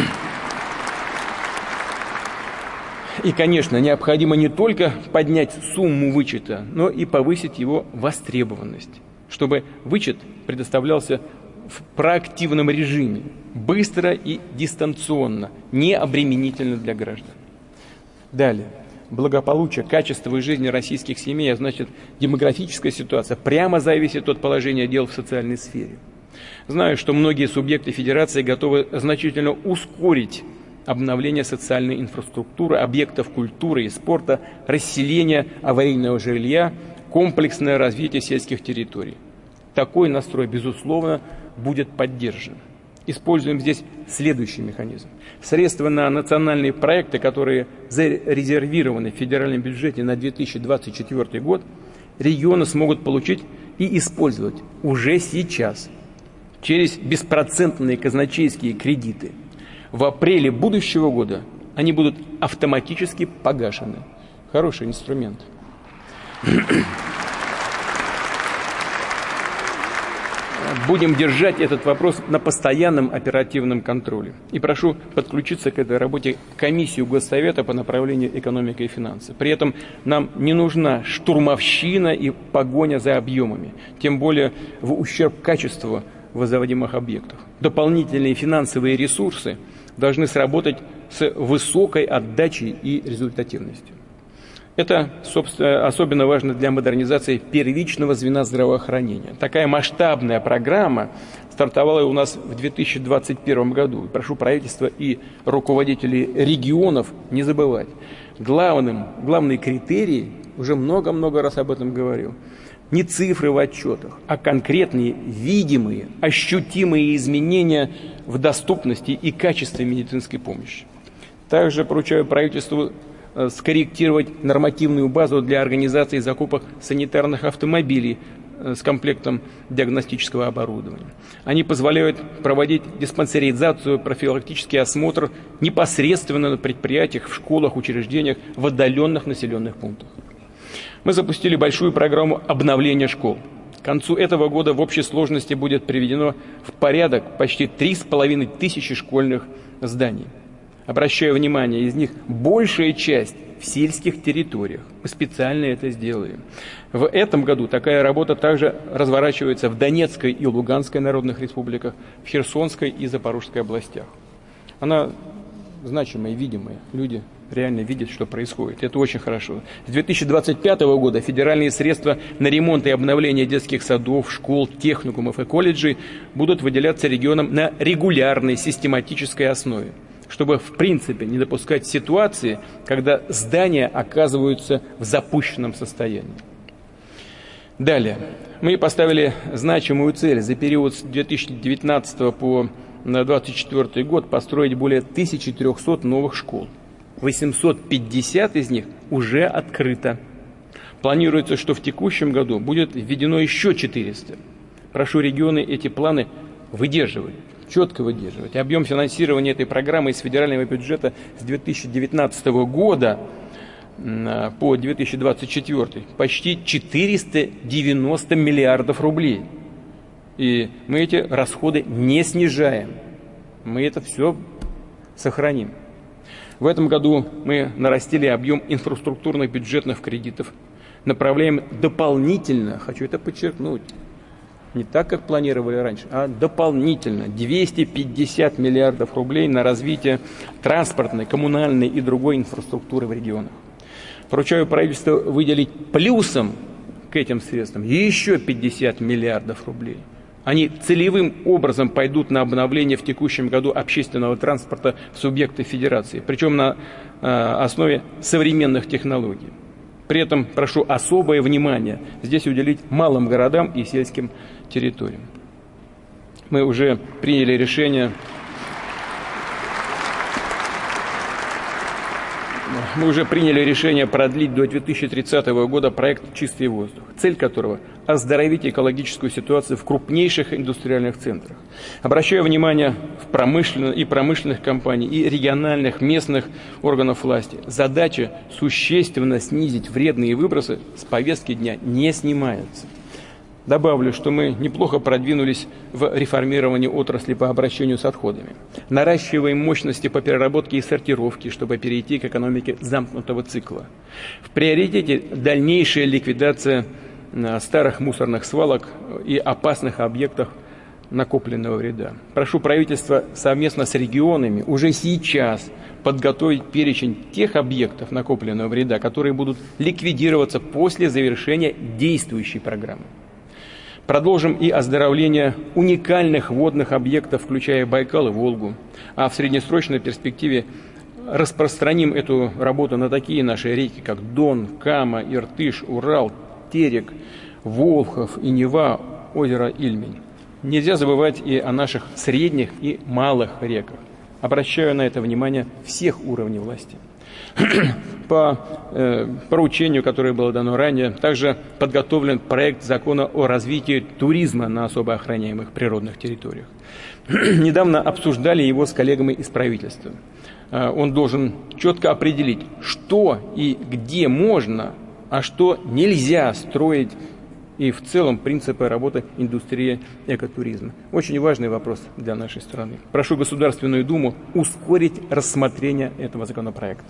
И, конечно, необходимо не только поднять сумму вычета, но и повысить его востребованность, чтобы вычет предоставлялся в проактивном режиме, быстро и дистанционно, не обременительно для граждан. Далее. Благополучие, качество жизни российских семей, а значит, демографическая ситуация прямо зависит от положения дел в социальной сфере. Знаю, что многие субъекты федерации готовы значительно ускорить обновление социальной инфраструктуры, объектов культуры и спорта, расселение аварийного жилья, комплексное развитие сельских территорий. Такой настрой, безусловно, будет поддержан. Используем здесь следующий механизм. Средства на национальные проекты, которые зарезервированы в федеральном бюджете на две тысячи двадцать четвёртый год, регионы смогут получить и использовать уже сейчас через беспроцентные казначейские кредиты. В апреле будущего года они будут автоматически погашены. Хороший инструмент. Будем держать этот вопрос на постоянном оперативном контроле. И прошу подключиться к этой работе комиссию Госсовета по направлению экономика и финансы. При этом нам не нужна штурмовщина и погоня за объемами, тем более в ущерб качеству возводимых объектов. Дополнительные финансовые ресурсы должны сработать с высокой отдачей и результативностью. Это, собственно, особенно важно для модернизации первичного звена здравоохранения. Такая масштабная программа стартовала у нас в две тысячи двадцать первом году. Прошу правительства и руководителей регионов не забывать. Главным, главный критерий, уже много-много раз об этом говорил, не цифры в отчетах, а конкретные, видимые, ощутимые изменения в доступности и качестве медицинской помощи. Также поручаю правительству скорректировать нормативную базу для организации закупок санитарных автомобилей с комплектом диагностического оборудования. Они позволяют проводить диспансеризацию, профилактический осмотр непосредственно на предприятиях, в школах, учреждениях, в отдаленных населенных пунктах. Мы запустили большую программу обновления школ. К концу этого года в общей сложности будет приведено в порядок почти три с половиной тысячи школьных зданий. Обращаю внимание, из них большая часть в сельских территориях. Мы специально это сделаем. В этом году такая работа также разворачивается в Донецкой и Луганской народных республиках, в Херсонской и Запорожской областях. Она значимая, видимая. Люди реально видят, что происходит. Это очень хорошо. С две тысячи двадцать пятого года федеральные средства на ремонт и обновление детских садов, школ, техникумов и колледжей будут выделяться регионам на регулярной систематической основе, чтобы в принципе не допускать ситуации, когда здания оказываются в запущенном состоянии. Далее. Мы поставили значимую цель за период с две тысячи девятнадцатого по две тысячи двадцать четвёртый год построить более тысячи трёхсот новых школ. восемьсот пятьдесят из них уже открыто. Планируется, что в текущем году будет введено еще четыреста. Прошу регионы эти планы выдерживать, четко выдерживать. Объем финансирования этой программы из федерального бюджета с две тысячи девятнадцатого года по две тысячи двадцать четвёртый почти четыреста девяносто миллиардов рублей. И мы эти расходы не снижаем. Мы это все сохраним. В этом году мы нарастили объем инфраструктурных бюджетных кредитов. Направляем дополнительно, хочу это подчеркнуть, не так, как планировали раньше, а дополнительно двести пятьдесят миллиардов рублей на развитие транспортной, коммунальной и другой инфраструктуры в регионах. Поручаю правительству выделить плюсом к этим средствам еще пятьдесят миллиардов рублей. Они целевым образом пойдут на обновление в текущем году общественного транспорта в субъекты федерации, причем на э, основе современных технологий. При этом прошу особое внимание здесь уделить малым городам и сельским территориям. Мы уже приняли решение, мы уже приняли решение продлить до две тысячи тридцатого года проект «Чистый воздух», цель которого – оздоровить экологическую ситуацию в крупнейших индустриальных центрах. Обращаю внимание в промышленных и промышленных компаний, и региональных, местных органов власти. Задача существенно снизить вредные выбросы с повестки дня не снимается. Добавлю, что мы неплохо продвинулись в реформировании отрасли по обращению с отходами. Наращиваем мощности по переработке и сортировке, чтобы перейти к экономике замкнутого цикла. В приоритете дальнейшая ликвидация старых мусорных свалок и опасных объектов накопленного вреда. Прошу правительства совместно с регионами уже сейчас подготовить перечень тех объектов накопленного вреда, которые будут ликвидироваться после завершения действующей программы. Продолжим и оздоровление уникальных водных объектов, включая Байкал и Волгу. А в среднесрочной перспективе распространим эту работу на такие наши реки, как Дон, Кама, Иртыш, Урал, Терек, Волхов и Нева, озеро Ильмень. Нельзя забывать и о наших средних и малых реках. Обращаю на это внимание всех уровней власти. По э, поручению, которое было дано ранее, также подготовлен проект закона о развитии туризма на особо охраняемых природных территориях. Недавно обсуждали его с коллегами из правительства. Э, он должен четко определить, что и где можно, а что нельзя строить, и в целом принципы работы индустрии экотуризма. Очень важный вопрос для нашей страны. Прошу Государственную Думу ускорить рассмотрение этого законопроекта.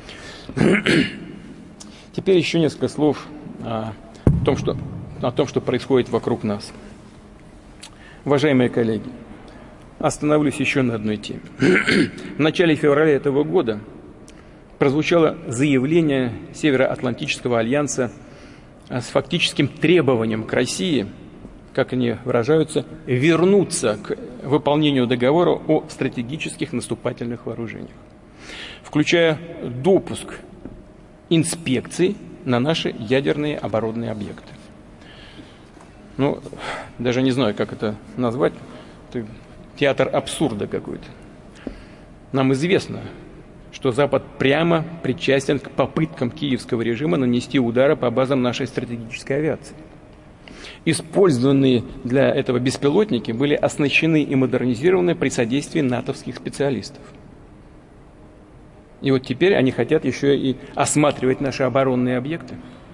Теперь еще несколько слов о том, что, о том, что происходит вокруг нас. Уважаемые коллеги, остановлюсь еще на одной теме. В начале февраля этого года прозвучало заявление Североатлантического альянса с фактическим требованием к России, как они выражаются, вернуться к выполнению договора о стратегических наступательных вооружениях, включая допуск инспекций на наши ядерные оборонные объекты. Ну, даже не знаю, как это назвать. Это театр абсурда какой-то. Нам известно, что Запад прямо причастен к попыткам киевского режима нанести удары по базам нашей стратегической авиации. Использованные для этого беспилотники были оснащены и модернизированы при содействии натовских специалистов. И вот теперь они хотят еще и осматривать наши оборонные объекты.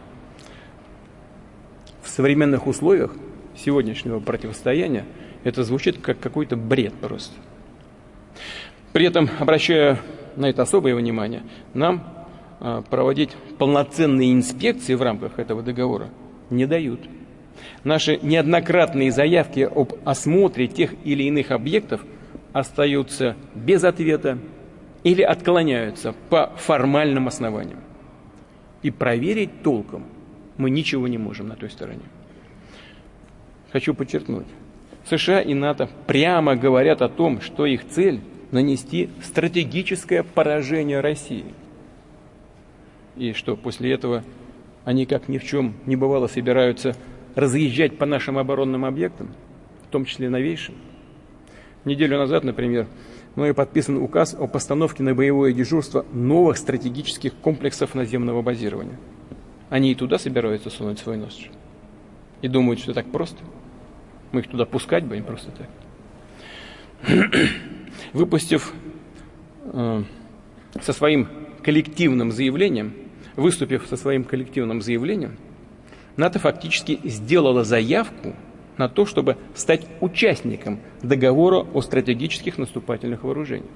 В современных условиях сегодняшнего противостояния это звучит как какой-то бред просто. При этом, обращая на это особое внимание, нам а, проводить полноценные инспекции в рамках этого договора не дают. Наши неоднократные заявки об осмотре тех или иных объектов остаются без ответа или отклоняются по формальным основаниям. И проверить толком мы ничего не можем на той стороне. Хочу подчеркнуть, США и НАТО прямо говорят о том, что их цель – нанести стратегическое поражение России. И что после этого они, как ни в чем не бывало, собираются разъезжать по нашим оборонным объектам, в том числе новейшим. Неделю назад, например, мною подписан указ о постановке на боевое дежурство новых стратегических комплексов наземного базирования. Они и туда собираются сунуть свой нос. И думают, что так просто. Мы их туда пускать будем просто так. выпустив э, со своим коллективным заявлением, выступив со своим коллективным заявлением, НАТО фактически сделало заявку на то, чтобы стать участником договора о стратегических наступательных вооружениях.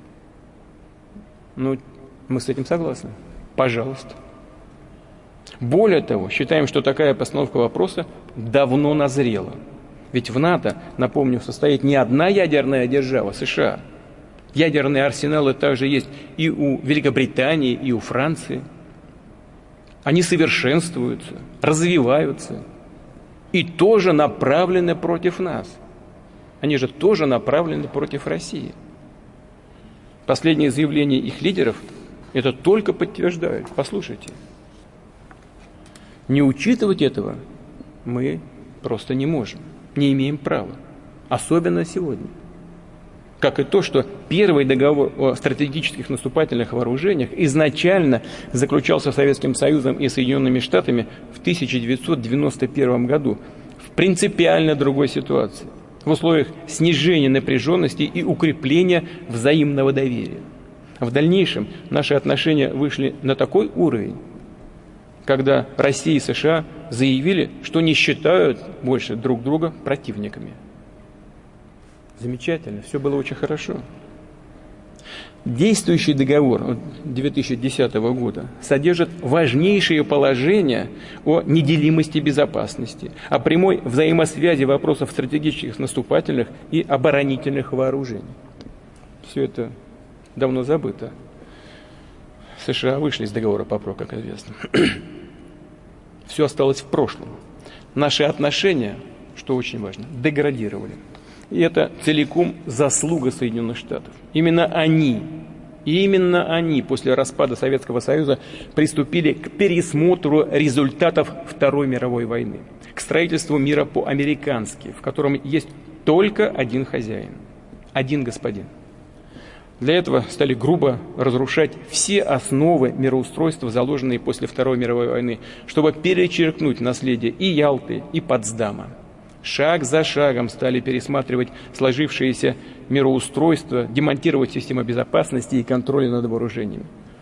Ну, мы с этим согласны. Пожалуйста. Более того, считаем, что такая постановка вопроса давно назрела. Ведь в НАТО, напомню, состоит не одна ядерная держава, США. Ядерные арсеналы также есть и у Великобритании, и у Франции. Они совершенствуются, развиваются и тоже направлены против нас. Они же тоже направлены против России. Последние заявления их лидеров это только подтверждают. Послушайте. Не учитывать этого мы просто не можем, не имеем права. Особенно сегодня. Как и то, что первый договор о стратегических наступательных вооружениях изначально заключался Советским Союзом и Соединенными Штатами в тысяча девятьсот девяносто первом году в принципиально другой ситуации, в условиях снижения напряженности и укрепления взаимного доверия. В дальнейшем наши отношения вышли на такой уровень, когда Россия и США заявили, что не считают больше друг друга противниками. Замечательно, все было очень хорошо. Действующий договор две тысячи десятого года содержит важнейшие положения о неделимости безопасности, о прямой взаимосвязи вопросов стратегических наступательных и оборонительных вооружений. Все это давно забыто. США вышли из договора ПАПРО, как известно. Все осталось в прошлом. Наши отношения, что очень важно, деградировали. И это целиком заслуга Соединенных Штатов. Именно они, именно они после распада Советского Союза приступили к пересмотру результатов Второй мировой войны, к строительству мира по-американски, в котором есть только один хозяин, один господин. Для этого стали грубо разрушать все основы мироустройства, заложенные после Второй мировой войны, чтобы перечеркнуть наследие и Ялты, и Потсдама. Шаг за шагом стали пересматривать сложившееся мироустройство, демонтировать систему безопасности и контроля над вооружениями.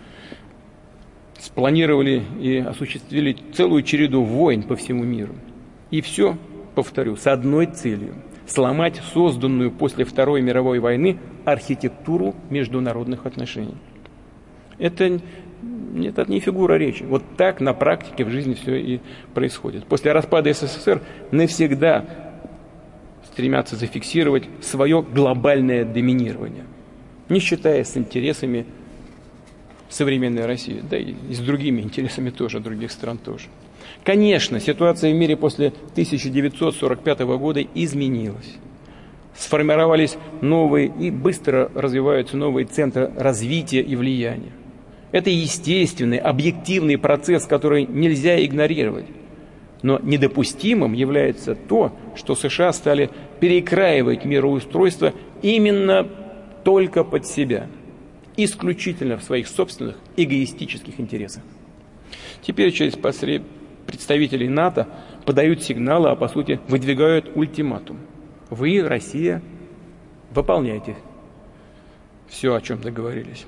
Спланировали и осуществили целую череду войн по всему миру. И все, повторю, с одной целью – сломать созданную после Второй мировой войны архитектуру международных отношений. Это, это не фигура речи. Вот так на практике в жизни все и происходит. После распада СССР навсегда стремятся зафиксировать свое глобальное доминирование, не считаясь с интересами современной России, да и с другими интересами тоже, других стран тоже. Конечно, ситуация в мире после тысяча девятьсот сорок пятого года изменилась. Сформировались новые и быстро развиваются новые центры развития и влияния. Это естественный, объективный процесс, который нельзя игнорировать. Но недопустимым является то, что США стали перекраивать мироустройство именно только под себя, исключительно в своих собственных эгоистических интересах. Теперь через посредничество представителей НАТО подают сигналы, а по сути выдвигают ультиматум. Вы, Россия, выполняйте все, о чем договорились.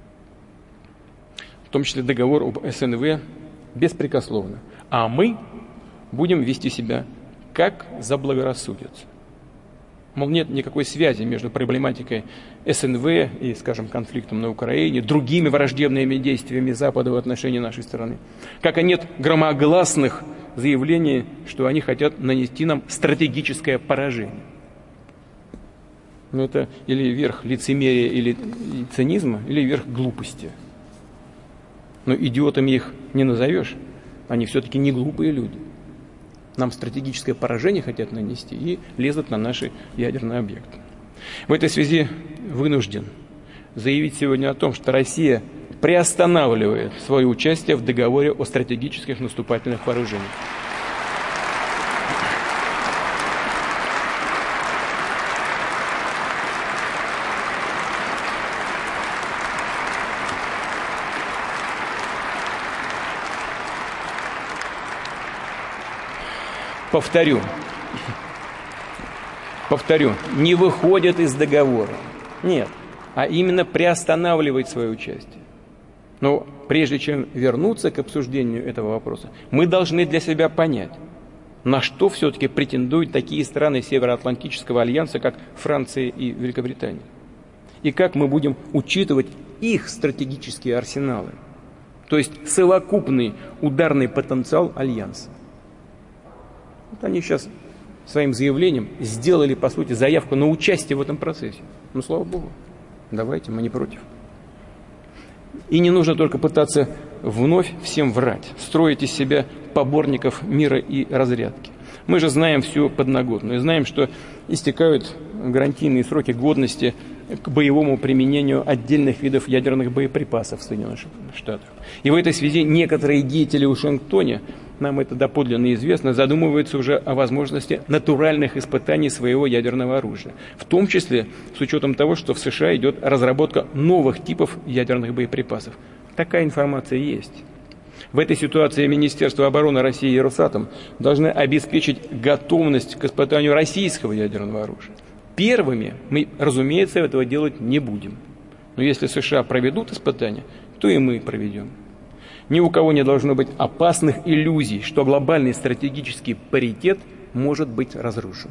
В том числе договор об СНВ беспрекословно. А мы будем вести себя как заблагорассудится. Мол, нет никакой связи между проблематикой СНВ и, скажем, конфликтом на Украине, другими враждебными действиями Запада в отношении нашей страны. Как и нет громогласных заявлений, что они хотят нанести нам стратегическое поражение. Но это или верх лицемерия или цинизма, или верх глупости. Но идиотами их не назовешь. Они все-таки не глупые люди. Нам стратегическое поражение хотят нанести и лезут на наши ядерные объекты. В этой связи вынужден заявить сегодня о том, что Россия приостанавливает свое участие в договоре о стратегических наступательных вооружениях. Повторю, повторю, не выходит из договора. Нет, а именно приостанавливает свое участие. Но прежде чем вернуться к обсуждению этого вопроса, мы должны для себя понять, на что все-таки претендуют такие страны Североатлантического альянса, как Франция и Великобритания. И как мы будем учитывать их стратегические арсеналы, то есть совокупный ударный потенциал альянса. Вот они сейчас своим заявлением сделали, по сути, заявку на участие в этом процессе. Ну, слава Богу, давайте, мы не против. И не нужно только пытаться вновь всем врать, строить из себя поборников мира и разрядки. Мы же знаем всю подноготную, знаем, что истекают гарантийные сроки годности к боевому применению отдельных видов ядерных боеприпасов в Соединенных Штатах. И в этой связи некоторые деятели в Вашингтоне, нам это доподлинно известно, задумываются уже о возможности натуральных испытаний своего ядерного оружия. В том числе с учетом того, что в США идет разработка новых типов ядерных боеприпасов. Такая информация есть. В этой ситуации Министерство обороны России и Росатом должны обеспечить готовность к испытанию российского ядерного оружия. Первыми мы, разумеется, этого делать не будем. Но если США проведут испытания, то и мы проведем. Ни у кого не должно быть опасных иллюзий, что глобальный стратегический паритет может быть разрушен.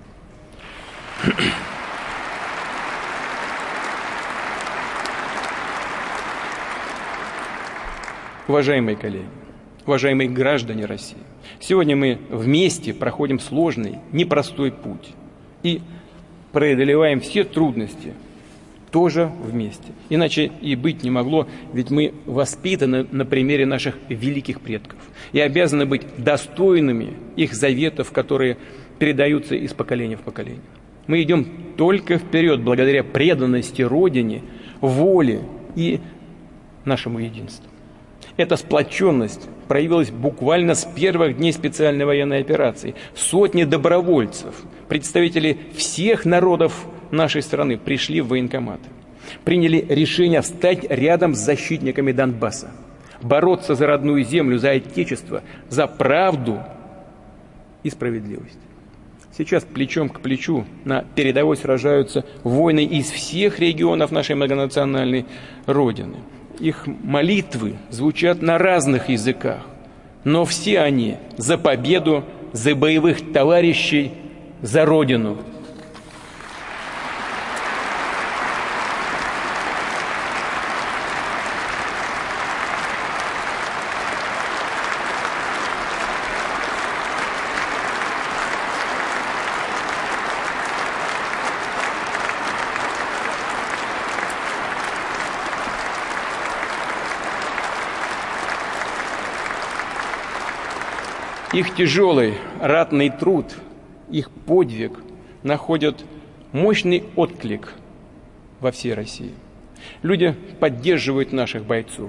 Уважаемые коллеги, уважаемые граждане России, сегодня мы вместе проходим сложный, непростой путь и преодолеваем все трудности тоже вместе. Иначе и быть не могло, ведь мы воспитаны на примере наших великих предков и обязаны быть достойными их заветов, которые передаются из поколения в поколение. Мы идем только вперед благодаря преданности Родине, воле и нашему единству. Эта сплоченность проявилась буквально с первых дней специальной военной операции. Сотни добровольцев, представители всех народов нашей страны пришли в военкоматы. Приняли решение встать рядом с защитниками Донбасса. Бороться за родную землю, за отечество, за правду и справедливость. Сейчас плечом к плечу на передовой сражаются воины из всех регионов нашей многонациональной Родины. Их молитвы звучат на разных языках, но все они за победу, за боевых товарищей, за Родину. Их тяжелый ратный труд, их подвиг находят мощный отклик во всей России. Люди поддерживают наших бойцов,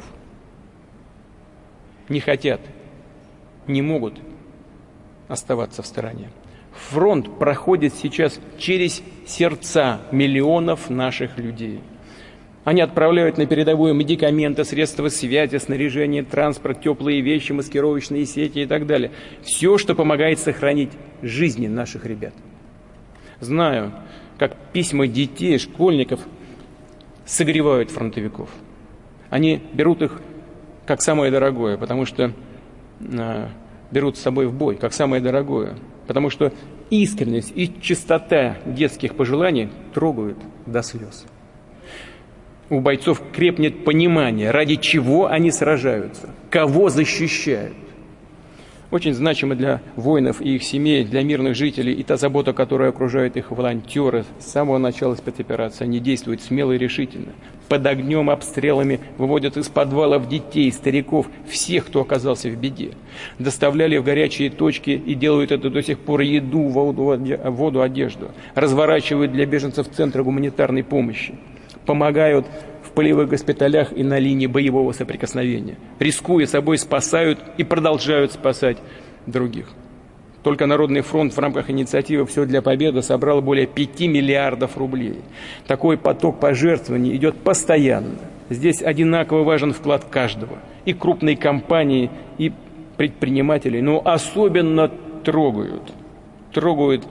не хотят, не могут оставаться в стороне. Фронт проходит сейчас через сердца миллионов наших людей. Они отправляют на передовую медикаменты, средства связи, снаряжение, транспорт, теплые вещи, маскировочные сети и так далее. Все, что помогает сохранить жизни наших ребят. Знаю, как письма детей, школьников согревают фронтовиков. Они берут их как самое дорогое, потому что э, берут с собой в бой, как самое дорогое. Потому что искренность и чистота детских пожеланий трогают до слез. У бойцов крепнет понимание, ради чего они сражаются, кого защищают. Очень значимо для воинов и их семей, для мирных жителей и та забота, которая окружает их волонтеры. С самого начала спецоперации они действуют смело и решительно. Под огнем, обстрелами выводят из подвалов детей, стариков, всех, кто оказался в беде. Доставляли в горячие точки и делают это до сих пор еду, воду, воду, одежду. Разворачивают для беженцев центры гуманитарной помощи. Помогают в полевых госпиталях и на линии боевого соприкосновения. Рискуя собой, спасают и продолжают спасать других. Только Народный фронт в рамках инициативы «Все для победы» собрал более пяти миллиардов рублей. Такой поток пожертвований идет постоянно. Здесь одинаково важен вклад каждого. И крупные компании, и предпринимателей. Но особенно трогают. Трогают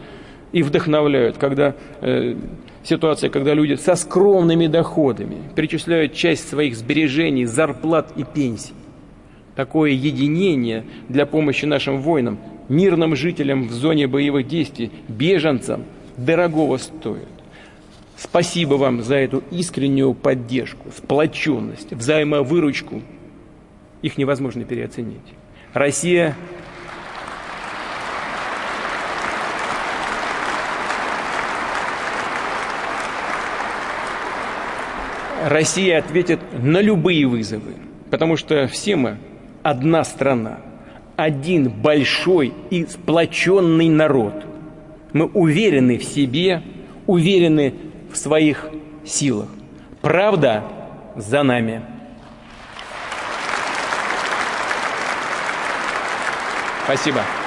и вдохновляют, когда э, ситуация, когда люди со скромными доходами перечисляют часть своих сбережений, зарплат и пенсий. Такое единение для помощи нашим воинам, мирным жителям в зоне боевых действий, беженцам дорогого стоит. Спасибо вам за эту искреннюю поддержку, сплоченность, взаимовыручку. Их невозможно переоценить. Россия... Россия ответит на любые вызовы, потому что все мы одна страна, один большой и сплоченный народ. Мы уверены в себе, уверены в своих силах. Правда за нами. Спасибо.